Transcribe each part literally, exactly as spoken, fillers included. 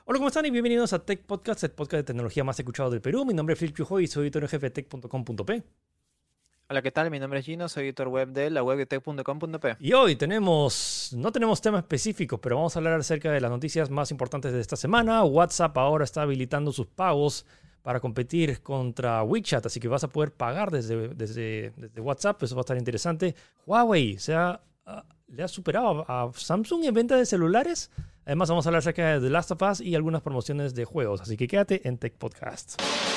Hola, ¿cómo están? Y bienvenidos a Tech Podcast, el podcast de tecnología más escuchado del Perú. Mi nombre es Philip Chujoy y soy editor en jefe de tech punto com punto pe. Hola, ¿qué tal? Mi nombre es Gino, soy editor web de la web de tech punto com punto pe. Y hoy tenemos, no tenemos temas específicos, pero vamos a hablar acerca de las noticias más importantes de esta semana. WhatsApp ahora está habilitando sus pagos para competir contra WeChat, así que vas a poder pagar desde, desde, desde WhatsApp. Eso va a estar interesante. Huawei se ha, uh, le ha superado a, a Samsung en venta de celulares. Además, vamos a hablar acerca de The Last of Us y algunas promociones de juegos. Así que quédate en Tech Podcast.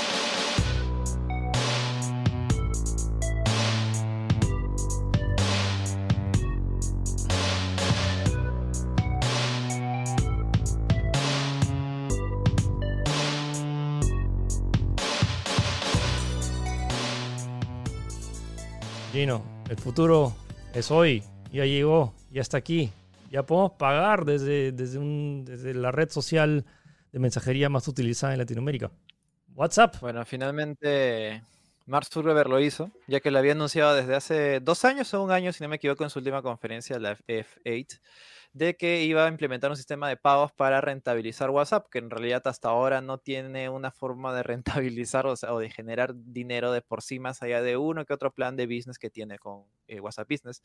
Gino, el futuro es hoy. Ya llegó, ya está aquí. Ya podemos pagar desde, desde, un, desde la red social de mensajería más utilizada en Latinoamérica. WhatsApp. Bueno, finalmente Mark Zuckerberg lo hizo, ya que lo había anunciado desde hace dos años o un año, si no me equivoco, en su última conferencia, la F ocho, de que iba a implementar un sistema de pagos para rentabilizar WhatsApp, que en realidad hasta ahora no tiene una forma de rentabilizar, o sea, o de generar dinero de por sí más allá de uno que otro plan de business que tiene con eh, WhatsApp Business.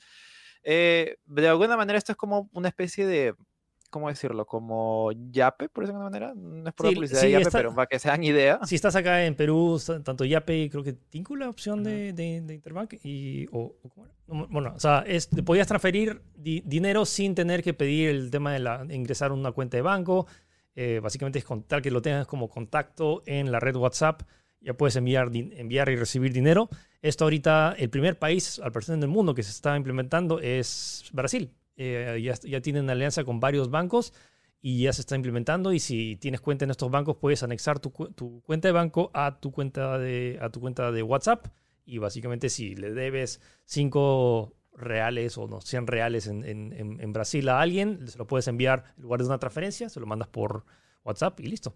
Eh, de alguna manera esto es como una especie de, ¿cómo decirlo? Como Yape, por decirlo de alguna manera. No es por la Sí, publicidad sí, de Yape, está, pero para que se hagan idea. si estás acá en Perú, tanto Yape y creo que Tinku la opción Ujú. de, de, de Interbank. Y, o, o ¿cómo era? No, bueno, o sea, es, podías transferir di, dinero sin tener que pedir el tema de, la, de ingresar a una cuenta de banco. Eh, básicamente es contar que lo tengas como contacto en la red WhatsApp. Ya puedes enviar, enviar y recibir dinero. Esto ahorita, el primer país, al parecer en el mundo que se está implementando es Brasil. Eh, ya, ya tienen alianza con varios bancos y ya se está implementando. Y si tienes cuenta en estos bancos, puedes anexar tu, tu cuenta de banco a tu cuenta de, a tu cuenta de WhatsApp. Y básicamente si le debes cinco reales o no, cien reales en, en, en Brasil a alguien, se lo puedes enviar en lugar de una transferencia, se lo mandas por WhatsApp y listo.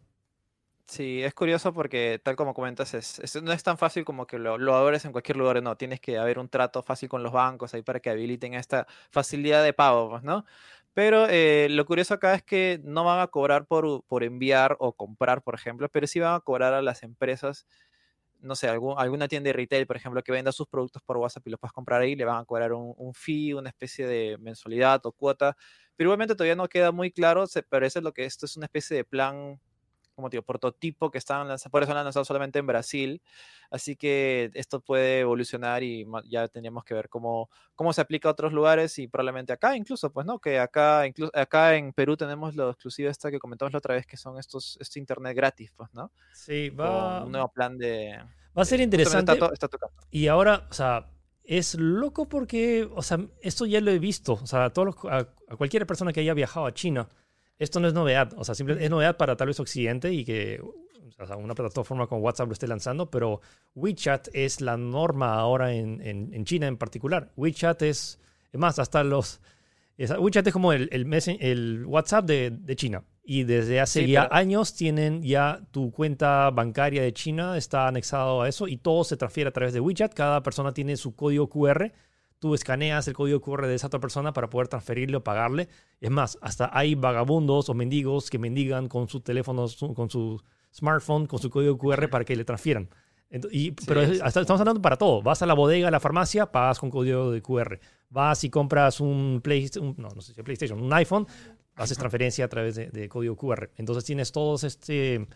Sí, es curioso porque tal como comentas, es, es- no es tan fácil como que lo, lo abres en cualquier lugar, no, tienes que haber un trato fácil con los bancos ahí para que habiliten esta facilidad de pago, pues, ¿no? Pero eh, lo curioso acá es que no van a cobrar por, u- por enviar o comprar, por ejemplo, pero sí van a cobrar a las empresas, no sé, algún- alguna tienda de retail, por ejemplo, que venda sus productos por WhatsApp y los puedas comprar ahí, le van a cobrar un, un fee, una especie de mensualidad o cuota, pero igualmente todavía no queda muy claro, se parece lo que esto es una especie de plan, como te digo, prototipo que estaban lanzando, por eso lo han lanzado solamente en Brasil, así que esto puede evolucionar y ma- ya tendríamos que ver cómo, cómo se aplica a otros lugares y probablemente acá incluso, pues, ¿no? Que acá, incluso, acá en Perú tenemos lo exclusivo esta que comentamos la otra vez, que son estos, este internet gratis, pues, ¿no? Sí, Con va, un nuevo plan de, va a ser de justamente está, interesante. to- está tocando. Y ahora, o sea, es loco porque, o sea, esto ya lo he visto. O sea, a, todos los- a, a cualquier persona que haya viajado a China, esto no es novedad. O sea, simple, es novedad para tal vez Occidente y que o sea, una plataforma como WhatsApp lo esté lanzando, pero WeChat es la norma ahora en, en, en China en particular. WeChat es, es más, hasta los... es- WeChat es como el, el, messen- el WhatsApp de, de China. Y desde hace Sí, ya pero años tienen ya tu cuenta bancaria de China, está anexado a eso y todo se transfiere a través de WeChat. Cada persona tiene su código cu erre. Tú escaneas el código cu erre de esa otra persona para poder transferirle o pagarle. Es más, hasta hay vagabundos o mendigos que mendigan con su teléfono, su- con su smartphone, con su código cu erre para que le transfieran. Ento- y, sí, pero es- hasta, exacto. estamos hablando para todo. Vas a la bodega, a la farmacia, pagas con código de cu erre. Vas y compras un PlayStation, no, no sé si es PlayStation, un iPhone, haces transferencia a través de, de código cu erre. Entonces tienes todos este,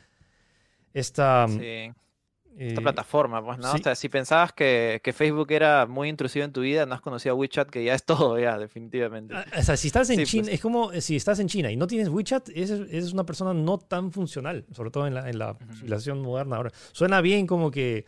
esta, Sí. Esta eh, plataforma, pues, ¿no? O sí, sea, si pensabas que, que Facebook era muy intrusivo en tu vida, no has conocido a WeChat, que ya es todo, ya, definitivamente. ah, o sea, si estás en Sí, China, pues. es como eh, si estás en China y no tienes WeChat, eres, eres una persona no tan funcional, sobre todo en la, en la Ujú. civilización moderna ahora. Suena bien como que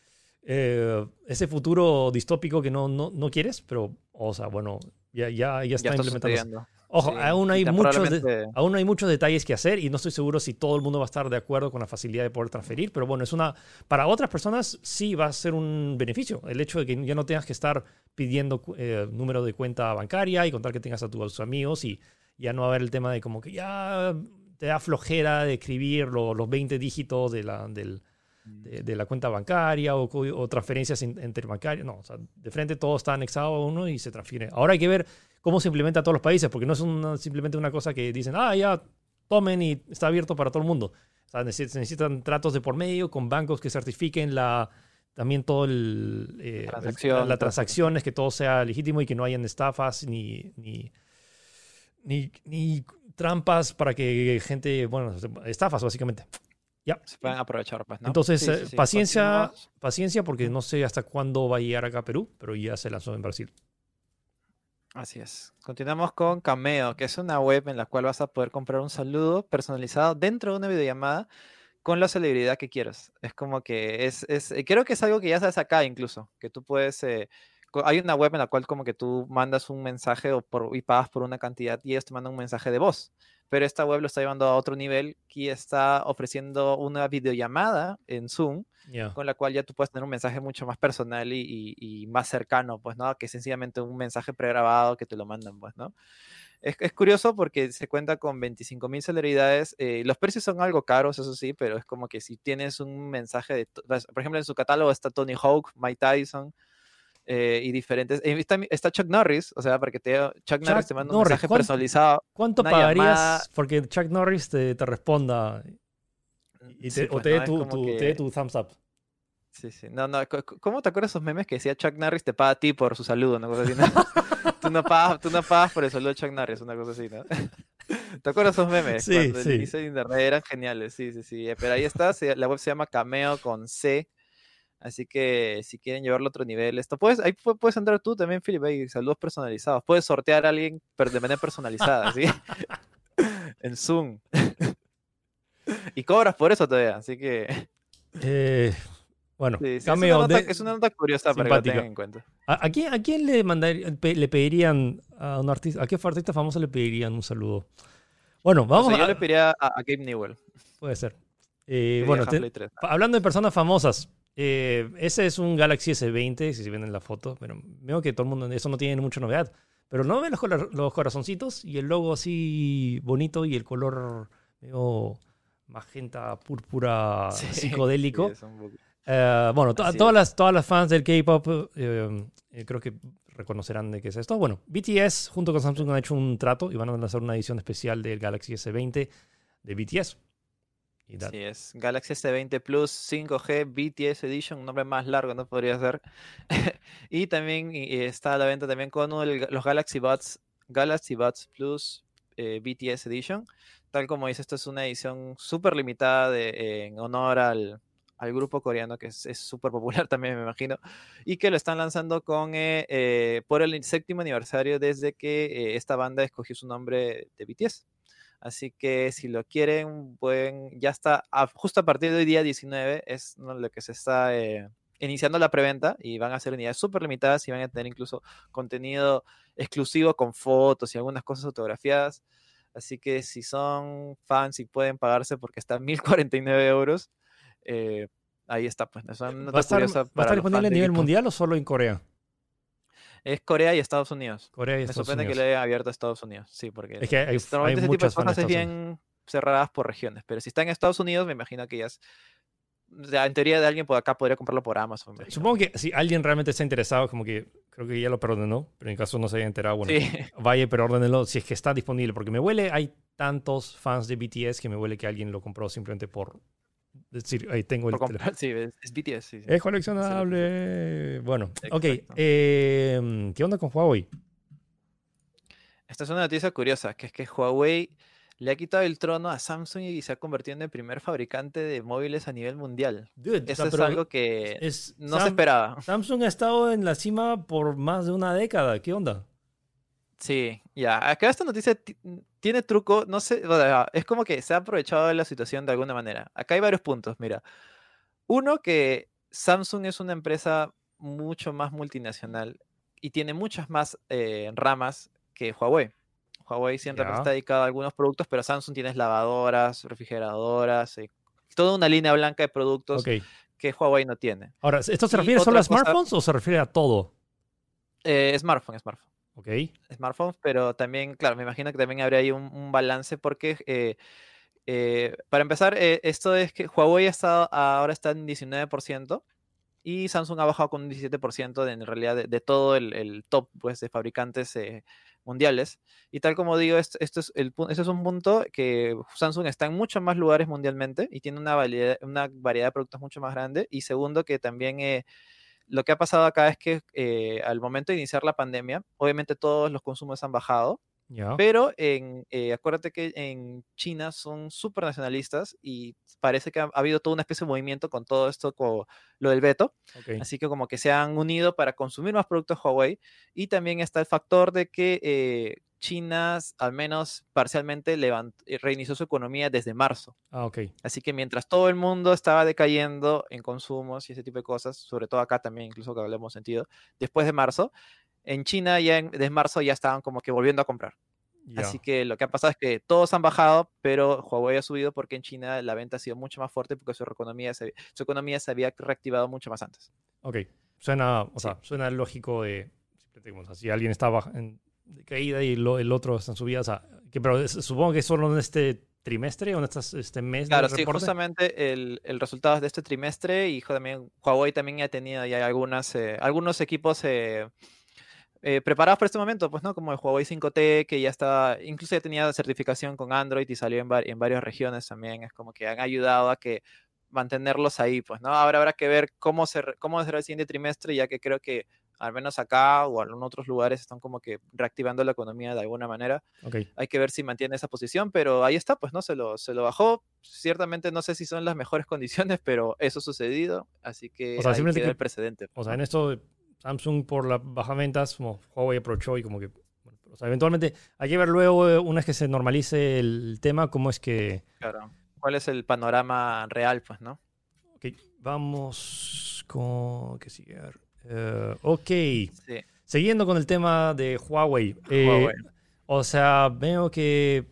eh, ese futuro distópico que no, no, no quieres, pero, o sea, bueno, ya, ya, ya Ya está está implementándose. sucediendo. Ojo, Sí. aún Y hay tan muchos, de- probablemente. aún hay muchos detalles que hacer y no estoy seguro si todo el mundo va a estar de acuerdo con la facilidad de poder transferir, pero bueno, es una, para otras personas sí va a ser un beneficio el hecho de que ya no tengas que estar pidiendo eh, número de cuenta bancaria y contar que tengas a tus amigos y ya no va a haber el tema de como que ya te da flojera de escribir lo- los veinte dígitos de la, del, de, de la cuenta bancaria o, o transferencias interbancarias. No, o sea, de frente todo está anexado a uno y se transfiere. Ahora hay que ver cómo se implementa a todos los países, porque no es una, simplemente una cosa que dicen, ah, ya tomen y está abierto para todo el mundo. O sea, neces- se necesitan tratos de por medio con bancos que certifiquen la, también todo el, eh, el- Transacción la, y la todo eso. transacciones, que todo sea legítimo y que no hayan estafas ni, ni, ni, ni trampas para que gente, bueno, estafas básicamente. Ya. Se pueden aprovechar, pues, ¿no? Entonces, Sí, eh, sí, sí. paciencia, Continuamos. paciencia, porque no sé hasta cuándo va a llegar acá a Perú, pero ya se lanzó en Brasil. Así es. Continuamos con Cameo, que es una web en la cual vas a poder comprar un saludo personalizado dentro de una videollamada con la celebridad que quieras. Es como que es, es eh, creo que es algo que ya sabes acá incluso, que tú puedes, eh, co- hay una web en la cual como que tú mandas un mensaje o por, y pagas por una cantidad y ellos te mandan un mensaje de voz. Pero esta web lo está llevando a otro nivel y está ofreciendo una videollamada en Zoom Ya. con la cual ya tú puedes tener un mensaje mucho más personal y, y- y más cercano, pues, ¿no? Que sencillamente un mensaje pregrabado que te lo mandan, pues, ¿no? Es, es curioso porque se cuenta con veinticinco mil celebridades. Eh, los precios son algo caros, eso sí, pero es como que si tienes un mensaje de, to- vas- por ejemplo, en su catálogo está Tony Hawk, Mike Tyson eh, y diferentes. eh, está, está Chuck Norris, o sea, para que te, Chuck Norris Chuck te manda un Norris, mensaje ¿cuán- personalizado, ¿cuánto una llamada. pagarías porque Chuck Norris te, te responda y Sí, te, o pues te dé no, es tu, como tu, te dé que. tu thumbs up? Sí, sí. No, no, co- co- ¿cómo te acuerdas esos memes que decía Chuck Norris te paga a ti por su saludo? Una cosa así, ¿no? Tú no pagas, tú no pagas por el saludo de Chuck Norris, una cosa así, ¿no? ¿Te acuerdas esos memes? Sí, Cuando el sí. inicio de internet eran geniales, sí, sí, sí. eh, Pero ahí está, se- la web se llama Cameo con C, así que si quieren llevarlo a otro nivel, esto puedes, ahí pu- puedes entrar tú también, Philip, hay saludos personalizados. Puedes sortear a alguien pero de manera personalizada, ¿sí? En Zoom. Y cobras por eso todavía, así que Eh, bueno, sí, sí, es una Cameo, nota, de, es una nota curiosa para que lo tengan simpática. en cuenta. ¿A, a quién, a quién le, mandar- pe- le pedirían a un artista, a qué artista famoso le pedirían un saludo? Bueno, No vamos sé, yo le a... pediría a, a Gabe Newell, Puede ser. Eh, pediría bueno, te- Half-Life tres. pa- hablando de personas famosas, eh, ese es un Galaxy S veinte, si se ven en la foto, pero veo que todo el mundo, eso no tiene mucha novedad. Pero no ven los, cora- los corazoncitos y el logo así bonito y el color medio magenta, púrpura, Sí, sí, psicodélico. es un poco. Eh, bueno, to- Así todas, es. las, todas las fans del K-pop eh, eh, creo que reconocerán de qué es esto. Bueno, B T S junto con Samsung han hecho un trato y van a lanzar una edición especial del Galaxy S veinte de B T S. Y that- Así es. Galaxy S veinte Plus cinco G B T S Edition, un nombre más largo no podría ser. Y también y- y está a la venta también con uno del- los Galaxy Buds, Galaxy Buds Plus eh, B T S Edition. Tal como dice, esto es una edición súper limitada de- en honor al, al grupo coreano que es es súper popular también, me imagino. Y que lo están lanzando con eh, eh, por el séptimo aniversario desde que eh, esta banda escogió su nombre de B T S. Así que si lo quieren, pueden, ya está, a- justo a partir de hoy día diecinueve es ¿no? lo que se está eh, iniciando la preventa y van a ser unidades súper limitadas y van a tener incluso contenido exclusivo con fotos y algunas cosas autografiadas. Así que si son fans y pueden pagarse porque está a mil cuarenta y nueve euros, eh, ahí está, pues es una ¿Va a nota estar, va curiosa a para estar los disponible fans a de nivel K-pop. mundial o solo en Corea? Es Corea y Estados Unidos. Corea y Me Estados sorprende que Unidos. le hayan abierto a Estados Unidos, sí, porque Es que hay, es- hay normalmente ese tipo de muchas fans de cosas es Estados Unidos. bien cerradas por regiones, pero si está en Estados Unidos, me imagino que ya es, o sea, en teoría de alguien por acá podría comprarlo por Amazon, me imagino. Supongo que si alguien realmente está interesado, como que creo que ya lo preordenó, pero en caso no se haya enterado, bueno, Sí, vaya y preordénelo si es que está disponible, porque me huele, hay tantos fans de B T S que me huele que alguien lo compró simplemente por decir, ahí tengo el por teléfono. comprar, sí, es, es B T S, sí, sí. Es coleccionable. Bueno, ok. Exacto. eh, ¿qué onda con Huawei? Esta es una noticia curiosa, que es que Huawei le ha quitado el trono a Samsung y se ha convertido en el primer fabricante de móviles a nivel mundial. Dude, o Eso sea, es pero algo que es, no se Sam- esperaba. Samsung ha estado en la cima por más de una década. ¿Qué onda? Sí, ya. Acá esta noticia ti- tiene truco, no sé, o sea, es como que se ha aprovechado de la situación de alguna manera. Acá hay varios puntos, mira. Uno, que Samsung es una empresa mucho más multinacional y tiene muchas más eh, ramas que Huawei. Huawei siempre Ya. está dedicado a algunos productos, pero Samsung tiene lavadoras, refrigeradoras, eh, toda una línea blanca de productos Ok. que Huawei no tiene. Ahora, ¿esto se Y refiere solo otra a cosa- smartphones o se refiere a todo? Eh, smartphone, smartphone. Ok. Smartphones, pero también, claro, me imagino que también habría ahí un, un balance porque, eh, eh, para empezar, eh, esto es que Huawei está, ahora está en diecinueve por ciento y Samsung ha bajado con un diecisiete por ciento de, en realidad de, de todo el, el top pues, de fabricantes eh, mundiales. Y tal como digo, esto, esto es el, pu- este es un punto que Samsung está en muchos más lugares mundialmente y tiene una variedad, una variedad de productos mucho más grande. Y segundo, que también eh, lo que ha pasado acá es que eh, al momento de iniciar la pandemia, obviamente todos los consumos han bajado, Ya, pero en, eh, acuérdate que en China son súper nacionalistas y parece que ha, ha habido toda una especie de movimiento con todo esto, con lo del veto. ok. Así que como que se han unido para consumir más productos Huawei. Y también está el factor de que eh, China, al menos parcialmente, levant- eh, reinició su economía desde marzo. Ah, ok. Así que mientras todo el mundo estaba decayendo en consumos y ese tipo de cosas, sobre todo acá también, incluso que hablemos sentido, después de marzo, en China ya en, desde marzo ya estaban como que volviendo a comprar. Ya, Así que lo que ha pasado es que todos han bajado, pero Huawei ha subido porque en China la venta ha sido mucho más fuerte porque su economía se, su economía se había reactivado mucho más antes. ok. Suena, o Sí, sea, suena lógico de, simplemente, o sea, si alguien está baj- en de caída y lo- el otro está en subida, o sea, que, pero es- supongo que solo en este trimestre o en estas- este mes claro, del sí, reporte. justamente el, el resultado es de este trimestre y también Huawei también ha tenido ya algunas, eh, algunos equipos eh, eh, preparados para este momento, pues, ¿no? Como el Huawei cinco T, que ya está, incluso ya tenía certificación con Android y salió en, var- en varias regiones también. Es como que han ayudado a que mantenerlos ahí, pues, ¿no? Ahora habrá que ver cómo, se, re- cómo será el siguiente trimestre, ya que creo que al menos acá o en otros lugares están como que reactivando la economía de alguna manera. Ok. Hay que ver si mantiene esa posición, pero ahí está, pues, ¿no? Se lo, se lo bajó. Ciertamente no sé si son las mejores condiciones, pero eso ha sucedido, así O que sea, ahí simplemente queda el que, precedente, o pues, sea, ¿no? en esto Samsung por la baja ventas, como Huawei aprovechó y como que, bueno, o sea, eventualmente hay que ver luego, eh, una vez que se normalice el tema, cómo es que, Claro. ¿Cuál es el panorama real, pues, no? ok, vamos con, ¿qué sigue? A ver, eh, ok, Sí, siguiendo con el tema de Huawei, eh, Huawei. o sea, veo que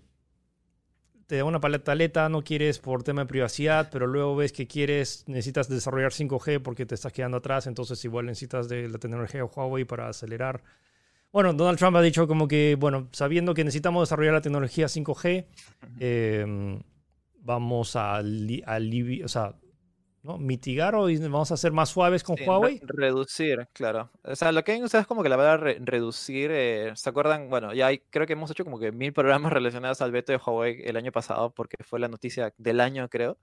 te da una pataleta, no quieres por tema de privacidad, pero luego ves que quieres, necesitas desarrollar cinco G porque te estás quedando atrás, entonces igual necesitas de la tecnología de Huawei para acelerar. Bueno, Donald Trump ha dicho como que, bueno, sabiendo que necesitamos desarrollar la tecnología cinco G, Ujú. eh, vamos a, li- alivi- o sea, ¿no? mitigar o vamos a ser más suaves con Sí, re- Huawei. reducir, claro. O sea, lo que han usado es como que la palabra re- reducir, eh, ¿se acuerdan? Bueno, ya hay, creo que hemos hecho como que mil programas relacionados al veto de Huawei el año pasado, porque fue la noticia del año, creo.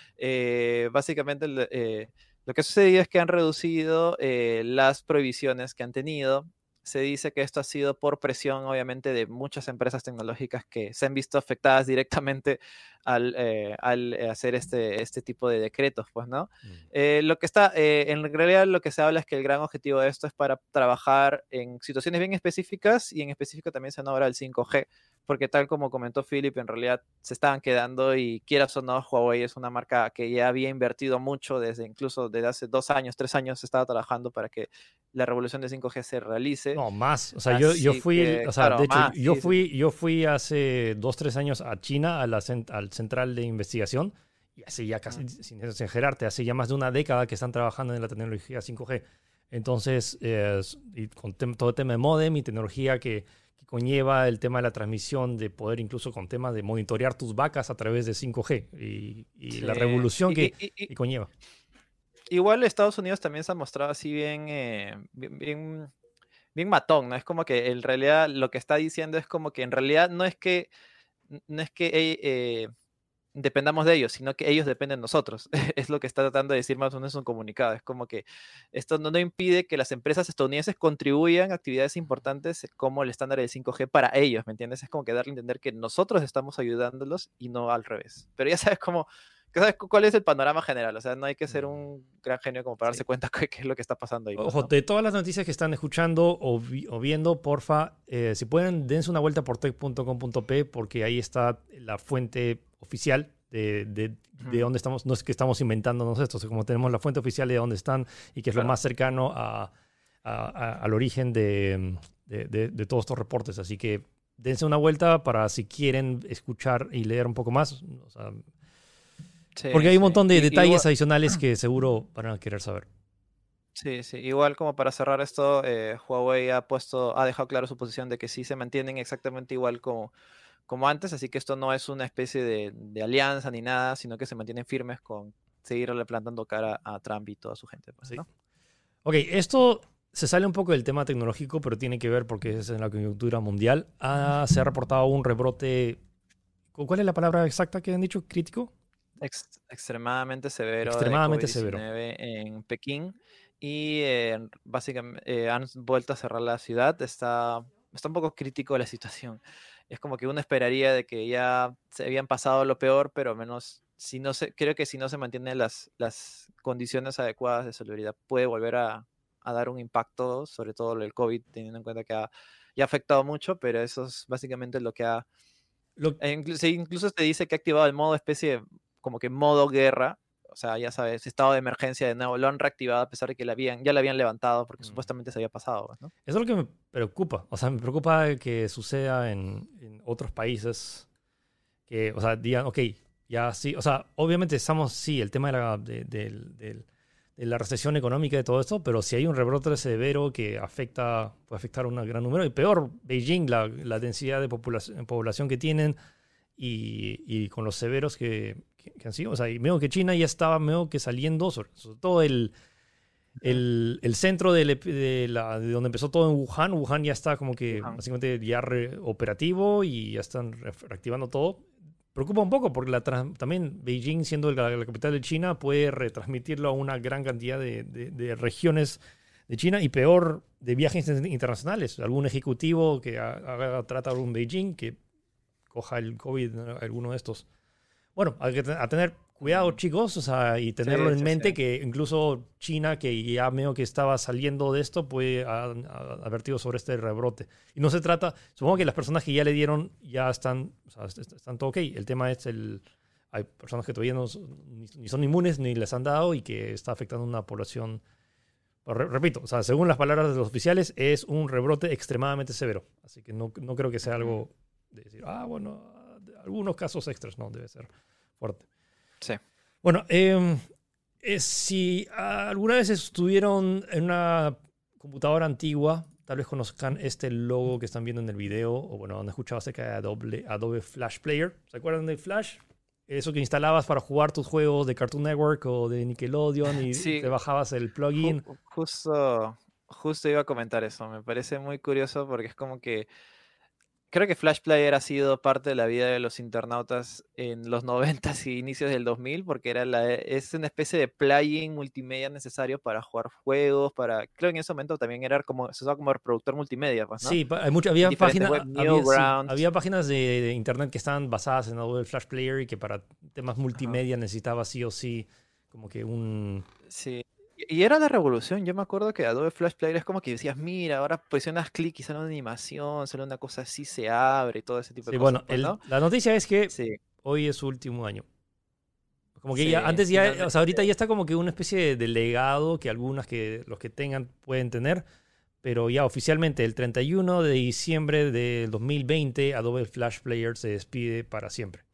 Eh, básicamente, el- eh, lo que ha sucedido es que han reducido eh, las prohibiciones que han tenido. Se dice que esto ha sido por presión, obviamente, de muchas empresas tecnológicas que se han visto afectadas directamente al, eh, al eh, hacer este, este tipo de decretos, pues, ¿no? Mm. Eh, lo que está, eh, en realidad lo que se habla es que el gran objetivo de esto es para trabajar en situaciones bien específicas y en específico también se nombra el cinco G, porque tal como comentó Philip, en realidad se estaban quedando y quieras o no, Huawei es una marca que ya había invertido mucho desde incluso desde hace dos años, tres años, estaba trabajando para que la revolución de cinco G se realice. No, más. O sea, yo, yo Así fui, el- que, o sea, de claro, hecho, más, yo sí, sí. fui, yo fui hace dos, tres años a China, a la, cen- al central de investigación, y hace ya casi, Mm, sin exagerarte, hace ya más de una década que están trabajando en la tecnología cinco G. Entonces, eh, s- y con tem- todo el tema de modem y tecnología que, que conlleva el tema de la transmisión, de poder incluso con temas de monitorear tus vacas a través de cinco G y, y sí. la revolución Y, que, y- y- y- que conlleva. igual Estados Unidos también se ha mostrado así bien, eh, bien, bien bien matón, ¿no? Es como que en realidad lo que está diciendo es como que en realidad no es que no es que eh, eh, dependamos de ellos, sino que ellos dependen de nosotros. Es lo que está tratando de decir más o menos un comunicado. Es como que esto no, no impide que las empresas estadounidenses contribuyan a actividades importantes como el estándar del cinco G para ellos, ¿me entiendes? Es como que darle a entender que nosotros estamos ayudándolos y no al revés. Pero ya sabes cómo, que sabes cu- cuál es el panorama general. O sea, no hay que ser Mm, un gran genio como para darse sí. cuenta qué qué es lo que está pasando ahí, pues, Ojo, ¿no? de todas las noticias que están escuchando o, vi- o viendo, porfa, eh, si pueden, dense una vuelta por tech punto com punto pe porque ahí está la fuente oficial de, de, de Ujú, dónde estamos. No es que estamos inventándonos esto, o sea, como tenemos la fuente oficial de dónde están y que es lo claro. más cercano a, a- a- al origen de, de- de- de todos estos reportes. Así que dense una vuelta para si quieren escuchar y leer un poco más. O sea, porque Sí, hay un sí. montón de Y, detalles igual, adicionales que seguro van a querer saber. sí, sí. Igual como para cerrar esto, eh, Huawei ha puesto, ha dejado claro su posición de que sí se mantienen exactamente igual como, como antes, así que esto no es una especie de, de alianza ni nada, sino que se mantienen firmes con seguirle plantando cara a Trump y toda su gente, pues, Sí. ¿no? Ok, esto se sale un poco del tema tecnológico, pero tiene que ver porque es en la coyuntura mundial. Ah, se ha reportado un rebrote. ¿Cuál es la palabra exacta que han dicho? ¿Crítico? Ex- extremadamente severo de Extremadamente severo. COVID diecinueve en Pekín y eh, básicamente eh, han vuelto a cerrar la ciudad. Está, está un poco crítico la situación. Es como que uno esperaría de que ya se habían pasado lo peor, pero al menos si no se, creo que si no se mantienen las, las condiciones adecuadas de salubridad, puede volver a, a dar un impacto, sobre todo el COVID, teniendo en cuenta que ha, ya ha afectado mucho, pero eso es básicamente lo que ha Lo, e incluso, incluso te dice que ha activado el modo especie, de- como que modo guerra, o sea, ya sabes, estado de emergencia de nuevo, lo han reactivado a pesar de que la habían, ya la habían levantado porque Mm. supuestamente se había pasado, pues, ¿no? Eso es lo que me preocupa. O sea, me preocupa que suceda en, en otros países que, o sea, digan, ok, ya sí. O sea, obviamente estamos, sí, el tema de la, de, del- del- de la recesión económica y de todo esto, pero si hay un rebrote severo que afecta, puede afectar a un gran número, y peor, Beijing, la, la densidad de población, población que tienen y, y con los severos que, que, que han sido. O sea, y veo que China ya estaba medio que saliendo, sobre, sobre todo el Ujú. el, el centro del ep- de, la- de donde empezó todo en Wuhan. Wuhan ya está como que Wuhan. básicamente ya re- operativo y ya están re- reactivando todo. Preocupa un poco porque la trans- también Beijing, siendo la, la capital de China, puede retransmitirlo a una gran cantidad de, de- de regiones de China y peor de viajes internacionales. Algún ejecutivo que ha- haga trata un Beijing que coja el COVID, ¿no? Alguno de estos. Bueno, hay que te- a tener cuidado, Mm. chicos, o sea, y tenerlo Sí, en sí, mente sí. que incluso China, que ya medio que estaba saliendo de esto, pues ha, ha advertido sobre este rebrote. Y no se trata, supongo que las personas que ya le dieron ya están, o sea, est- est- están todo ok. El tema es el, hay personas que todavía no son, ni, ni son inmunes ni les han dado y que está afectando a una población. Pero re- repito, o sea, según las palabras de los oficiales, es un rebrote extremadamente severo. Así que no, no creo que sea Ujú. algo de decir, ah, bueno, algunos casos extras, no, debe ser fuerte. Sí. Bueno, eh, eh, si alguna vez estuvieron en una computadora antigua, tal vez conozcan este logo que están viendo en el video, o bueno, han escuchado acerca de Adobe, Adobe Flash Player. ¿Se acuerdan de Flash? Eso que instalabas para jugar tus juegos de Cartoon Network o de Nickelodeon y te Sí, bajabas el ju- plugin. justo, justo iba a comentar eso. Me parece muy curioso porque es como que creo que Flash Player ha sido parte de la vida de los internautas en los noventas y inicios del dos mil, porque era la, es una especie de plugin multimedia necesario para jugar juegos, para, creo que en ese momento también era como, se usaba como reproductor multimedia, pues, ¿no? Sí, pa- hay mucha, En había diferentes páginas, web, había, sí, Newgrounds. había páginas de, de internet que estaban basadas en Adobe Flash Player y que para temas Ajá. multimedia necesitaba sí o sí como que un... Sí. Y y era la revolución. Yo me acuerdo que Adobe Flash Player es como que decías, mira, ahora presionas clic y sale una animación, sale una cosa así, se abre y todo ese tipo de Sí, cosas, bueno, pues, el- ¿no? la noticia es que Sí, hoy es su último año. Como que ya, sí, antes ya, o finalmente. sea, ahorita ya está como que una especie de, de legado que algunas que los que tengan pueden tener, pero ya oficialmente el treinta y uno de diciembre del dos mil veinte Adobe Flash Player se despide para siempre.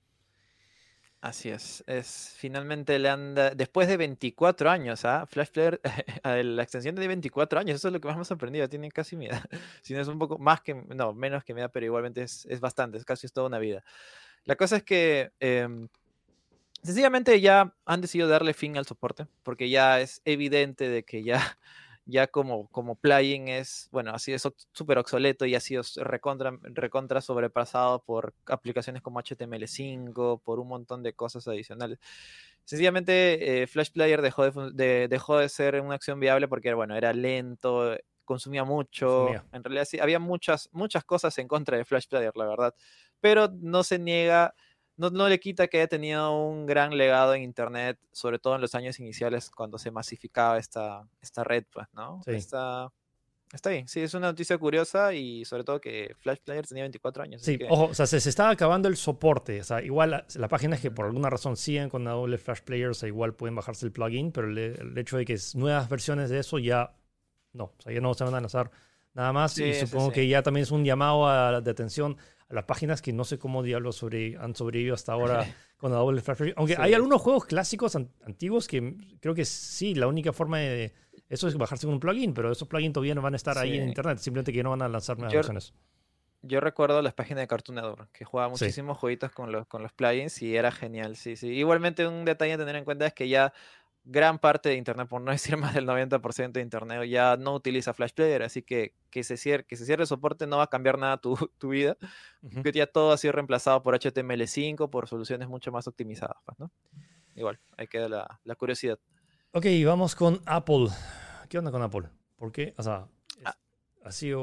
Así es, es finalmente le han da- después de veinticuatro años, ¿ah? Flash Player, a la extensión de veinticuatro años, eso es lo que más me ha sorprendido, tiene casi mi edad, si no es un poco más que, no, menos que mi edad, pero igualmente es, es bastante, es casi es toda una vida. La cosa es que em, sencillamente ya han decidido darle fin al soporte, porque ya es evidente de que ya, ya como, como plugin es, bueno, ha sido súper obsoleto y ha sido recontra, recontra sobrepasado por aplicaciones como H T M L cinco, por un montón de cosas adicionales. Sencillamente, eh, Flash Player dejó de, fun- de- dejó de ser una acción viable porque, bueno, era lento, consumía mucho, Consumía. en realidad sí, había muchas, muchas cosas en contra de Flash Player, la verdad, pero no se niega, no, no le quita que haya tenido un gran legado en Internet, sobre todo en los años iniciales cuando se masificaba esta, esta red, pues, ¿no? Sí. Está, está bien, sí, es una noticia curiosa y sobre todo que Flash Player tenía veinticuatro años, así Sí, que... ojo, o sea, se, se está acabando el soporte. O sea, igual la, la página es que Ujú. por alguna razón siguen con Adobe Flash Player, o sea, igual pueden bajarse el plugin, pero el, el hecho de que es nuevas versiones de eso ya no, o sea, ya no se van a lanzar nada más. Y Sí, sí, supongo sí. que ya también es un llamado a, de atención a las páginas que no sé cómo diablos sobre, han sobrevivido hasta ahora con Adobe Flash Player. Aunque Sí. hay algunos juegos clásicos an- antiguos que creo que sí, la única forma de eso es bajarse con un plugin, pero esos plugins todavía no van a estar ahí en Sí. internet, simplemente que no van a lanzar nuevas Yo, versiones. Yo recuerdo las páginas de Cartoon Network, que jugaba Sí, muchísimos jueguitos con los, con los plugins y era genial, sí, sí. Igualmente un detalle a tener en cuenta es que ya gran parte de Internet, por no decir más del noventa por ciento de Internet, ya no utiliza Flash Player, así que que se cierre, que se cierre el soporte no va a cambiar nada tu, tu vida, Ujú. que ya todo ha sido reemplazado por H T M L cinco, por soluciones mucho más optimizadas, pues, ¿no? Igual, ahí queda la, la curiosidad. Ok, vamos con Apple. ¿Qué onda con Apple? ¿Por qué? O sea, Ah, es- ha sido...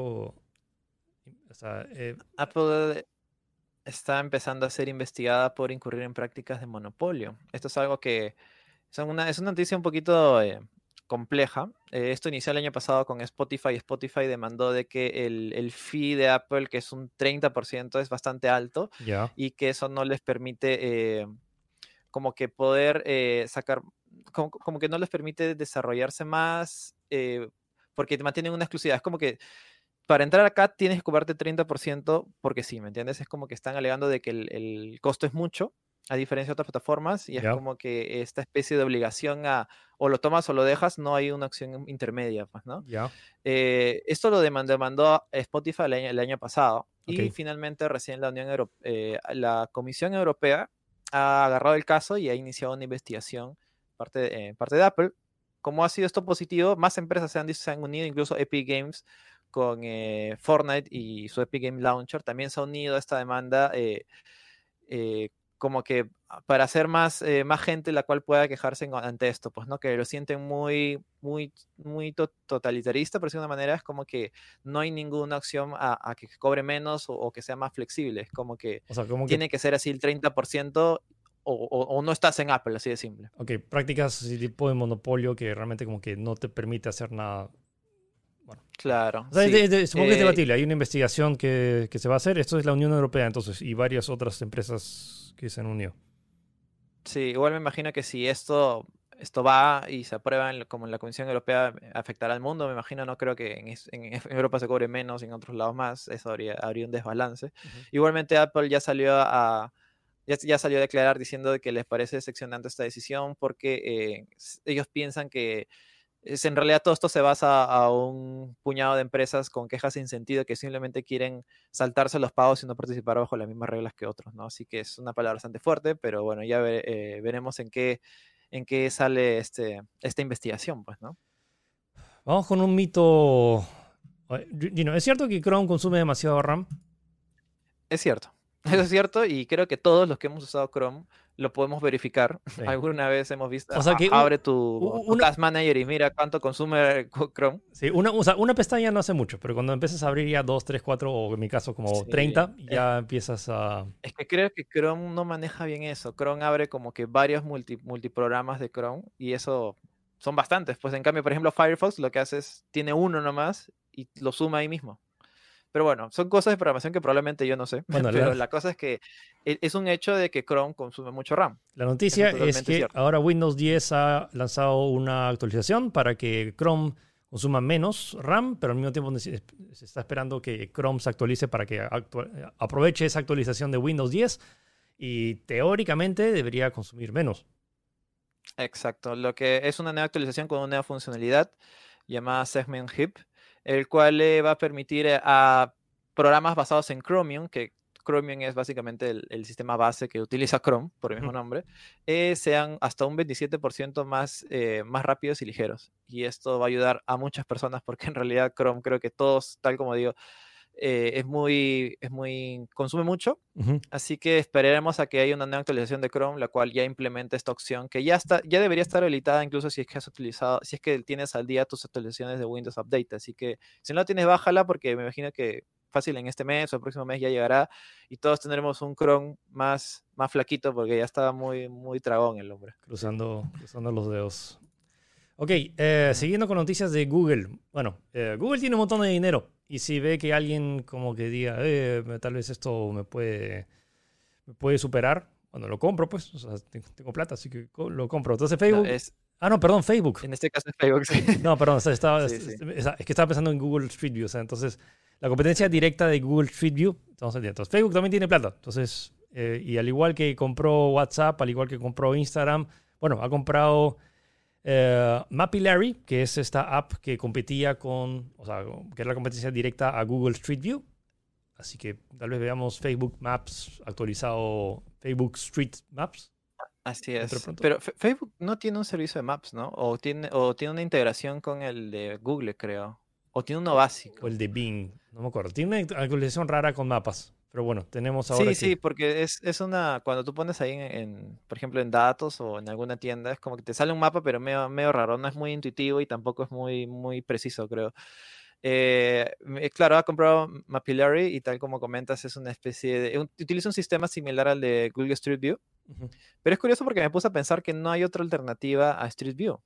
O sea, eh, Apple está empezando a ser investigada por incurrir en prácticas de monopolio. Esto es algo que son una, es una noticia un poquito eh, compleja. Eh, esto inició el año pasado con Spotify. Spotify demandó de que el, el fee de Apple, que es un treinta por ciento, es bastante alto ya. y que eso no les permite eh, como que poder eh, sacar, como, como que no les permite desarrollarse más eh, porque te mantienen una exclusividad. Es como que para entrar acá tienes que cobrarte treinta por ciento porque sí, ¿me entiendes? Es como que están alegando de que el, el costo es mucho, a diferencia de otras plataformas, y es Ya. como que esta especie de obligación a o lo tomas o lo dejas, no hay una opción intermedia, pues, ¿no? Ya. Eh, esto lo demandó, demandó Spotify el año, el año pasado, Ok. y finalmente recién la Unión Europea, eh, la Comisión Europea ha agarrado el caso y ha iniciado una investigación parte de, eh, parte de Apple. Como ha sido esto positivo, más empresas se han, se han unido, incluso Epic Games con eh, Fortnite y su Epic Game Launcher también se ha unido a esta demanda eh, eh, como que para hacer más, eh, más gente la cual pueda quejarse en- ante esto, pues, ¿no? Que lo sienten muy, muy, muy to- totalitarista, por decirlo de una manera, es como que no hay ninguna opción a, a que cobre menos o, o que sea más flexible, es como que O sea, como que... tiene que ser así el treinta por ciento o, o, o no estás en Apple, así de simple. Ok, prácticas así tipo de monopolio que realmente como que no te permite hacer nada. Bueno, ok. Claro, O sea, es sí. de- de- supongo que es Eh, debatible. Hay una investigación que, que se va a hacer. Esto es la Unión Europea, entonces, y varias otras empresas que se han unido. Sí, igual me imagino que si esto, esto va y se aprueba en, la- como en la Comisión Europea, eh, afectará al mundo. Me imagino, no creo que en, es- en Europa se cobre menos y en otros lados más. Eso habría, habría un desbalance. Ujú. Igualmente, Apple ya salió a, ya, ya salió a declarar diciendo de que les parece decepcionante esta decisión porque eh, s- ellos piensan que es, en realidad todo esto se basa a un puñado de empresas con quejas sin sentido que simplemente quieren saltarse los pagos y no participar bajo las mismas reglas que otros, ¿no? Así que es una palabra bastante fuerte, pero bueno, ya ve- eh, veremos en qué, en qué sale este, esta investigación, pues, ¿no? Vamos con un mito. eh, Gino, ¿es cierto que Chrome consume demasiado RAM? Es cierto. Eso es cierto y creo que todos los que hemos usado Chrome lo podemos verificar. Sí. Alguna vez hemos visto, O sea a- que u- abre u- tu, tu una, Task Manager y mira cuánto consume Chrome. sí, una, o sea, una pestaña no hace mucho, pero cuando empiezas a abrir ya dos, tres, cuatro, o en mi caso como Sí. treinta, ya empiezas a... Es que creo que Chrome no maneja bien eso. Chrome abre como que varios multi, multiprogramas de Chrome y eso son bastantes. Pues en cambio, por ejemplo, Firefox lo que hace es, tiene uno nomás y lo suma ahí mismo. Pero bueno, son cosas de programación que probablemente yo no sé. Bueno, Pero la, la cosa es que e- es un hecho de que Chrome consume mucho RAM. la Eso noticia es es totalmente que cierto. ahora Windows diez ha lanzado una actualización para que Chrome consuma menos RAM, pero al mismo tiempo se se está esperando que Chrome se actualice para que actua- aproveche esa actualización de Windows diez y teóricamente debería consumir menos. Exacto. Lo que es una nueva actualización con una nueva funcionalidad llamada Segment Heap, el cual le va a permitir eh, a programas basados en Chromium, que Chromium es básicamente el, el sistema base que utiliza Chrome, por el mismo Ujú. nombre, eh, sean hasta un veintisiete por ciento más, eh, más rápidos y ligeros. Y esto va a ayudar a muchas personas porque en realidad Chrome creo que todos, tal como digo, eh, es muy, es muy, consume mucho. Ujú. Así que esperaremos a que haya una nueva actualización de Chrome, la cual ya implemente esta opción, que ya está, ya debería estar habilitada incluso si es que has utilizado, si es que tienes al día tus actualizaciones de Windows Update. Así que si no la tienes, bájala porque me imagino que fácil en este mes o el próximo mes ya llegará y todos tendremos un Chrome más, más flaquito porque ya estaba muy, muy tragón el hombre. Cruzando, cruzando los dedos. Ok, eh, Ujú. siguiendo con noticias de Google. Bueno, eh, Google tiene un montón de dinero y si ve que alguien como que diga, eh, tal vez esto me puede, me puede superar, bueno, lo compro pues, o sea, tengo, tengo plata, así que co- lo compro. Entonces No, Facebook, es, ah, no, perdón, Facebook. en este caso es Facebook, sí. No, perdón, o sea, estaba, es, Sí, sí. es- es que estaba pensando en Google Street View, o sea, entonces la competencia directa de Google Street View, entonces, entonces Facebook también tiene plata, entonces, eh, y al igual que compró WhatsApp, al igual que compró Instagram, bueno, ha comprado eh, Mapillary, que es esta app que competía con, o sea, que es la competencia directa a Google Street View. Así que tal vez veamos Facebook Maps actualizado, Facebook Street Maps. Así dentro de es. pronto. Pero Fe- Facebook no tiene un servicio de Maps, ¿no? O tiene, o tiene una integración con el de Google, creo. O tiene uno O, o básico. el de Bing, no me acuerdo. Tiene una actualización rara con mapas. Pero bueno, tenemos ahora Sí, que... sí, porque es, es una, cuando tú pones ahí en, en, por ejemplo, en datos o en alguna tienda, es como que te sale un mapa, pero medio, medio raro, no es muy intuitivo y tampoco es muy, muy preciso, creo. Eh, me- claro, ha comprado Mapillary y tal como comentas, es una especie de, un- utiliza un sistema similar al de Google Street View, Ujú, pero es curioso porque me puse a pensar que no hay otra alternativa a Street View.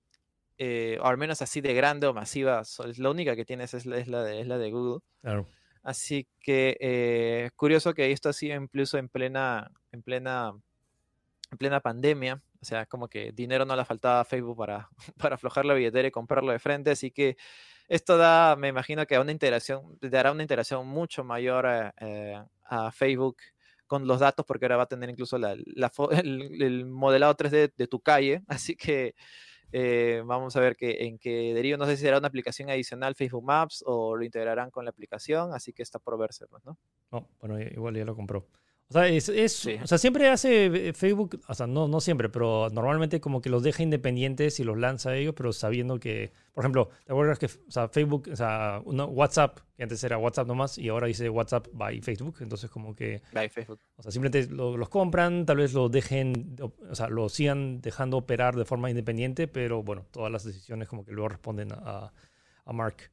Eh, o al menos así de grande o masiva, so- es la única que tienes es la, es la de, es la de Google. claro. Así que eh, curioso que esto ha sido incluso en plena, en plena, en plena pandemia. O sea, como que dinero no le faltaba a Facebook para, para aflojar la billetera y comprarlo de frente. Así que esto da, me imagino que a una integración, dará una integración mucho mayor a, eh, a Facebook con los datos, porque ahora va a tener incluso la, la fo- el, el modelado tres D de tu calle. Así que eh, vamos a ver que, en qué deriva. No sé si será una aplicación adicional Facebook Maps o lo integrarán con la aplicación, así que está por verse, pues, ¿no? No, bueno, igual ya lo compró. O sea, es, es- Sí, o sea, siempre hace eh, Facebook, o sea, no, no siempre, pero normalmente como que los deja independientes y los lanza a ellos, pero sabiendo que, por ejemplo, ¿te acuerdas que o sea, Facebook, o sea, uno- WhatsApp, que antes era WhatsApp nomás y ahora dice WhatsApp by Facebook? Entonces como que, by Facebook. o sea, simplemente lo- los compran, tal vez lo dejen, o o sea, lo sigan dejando operar de forma independiente, pero bueno, todas las decisiones como que luego responden a, a Mark.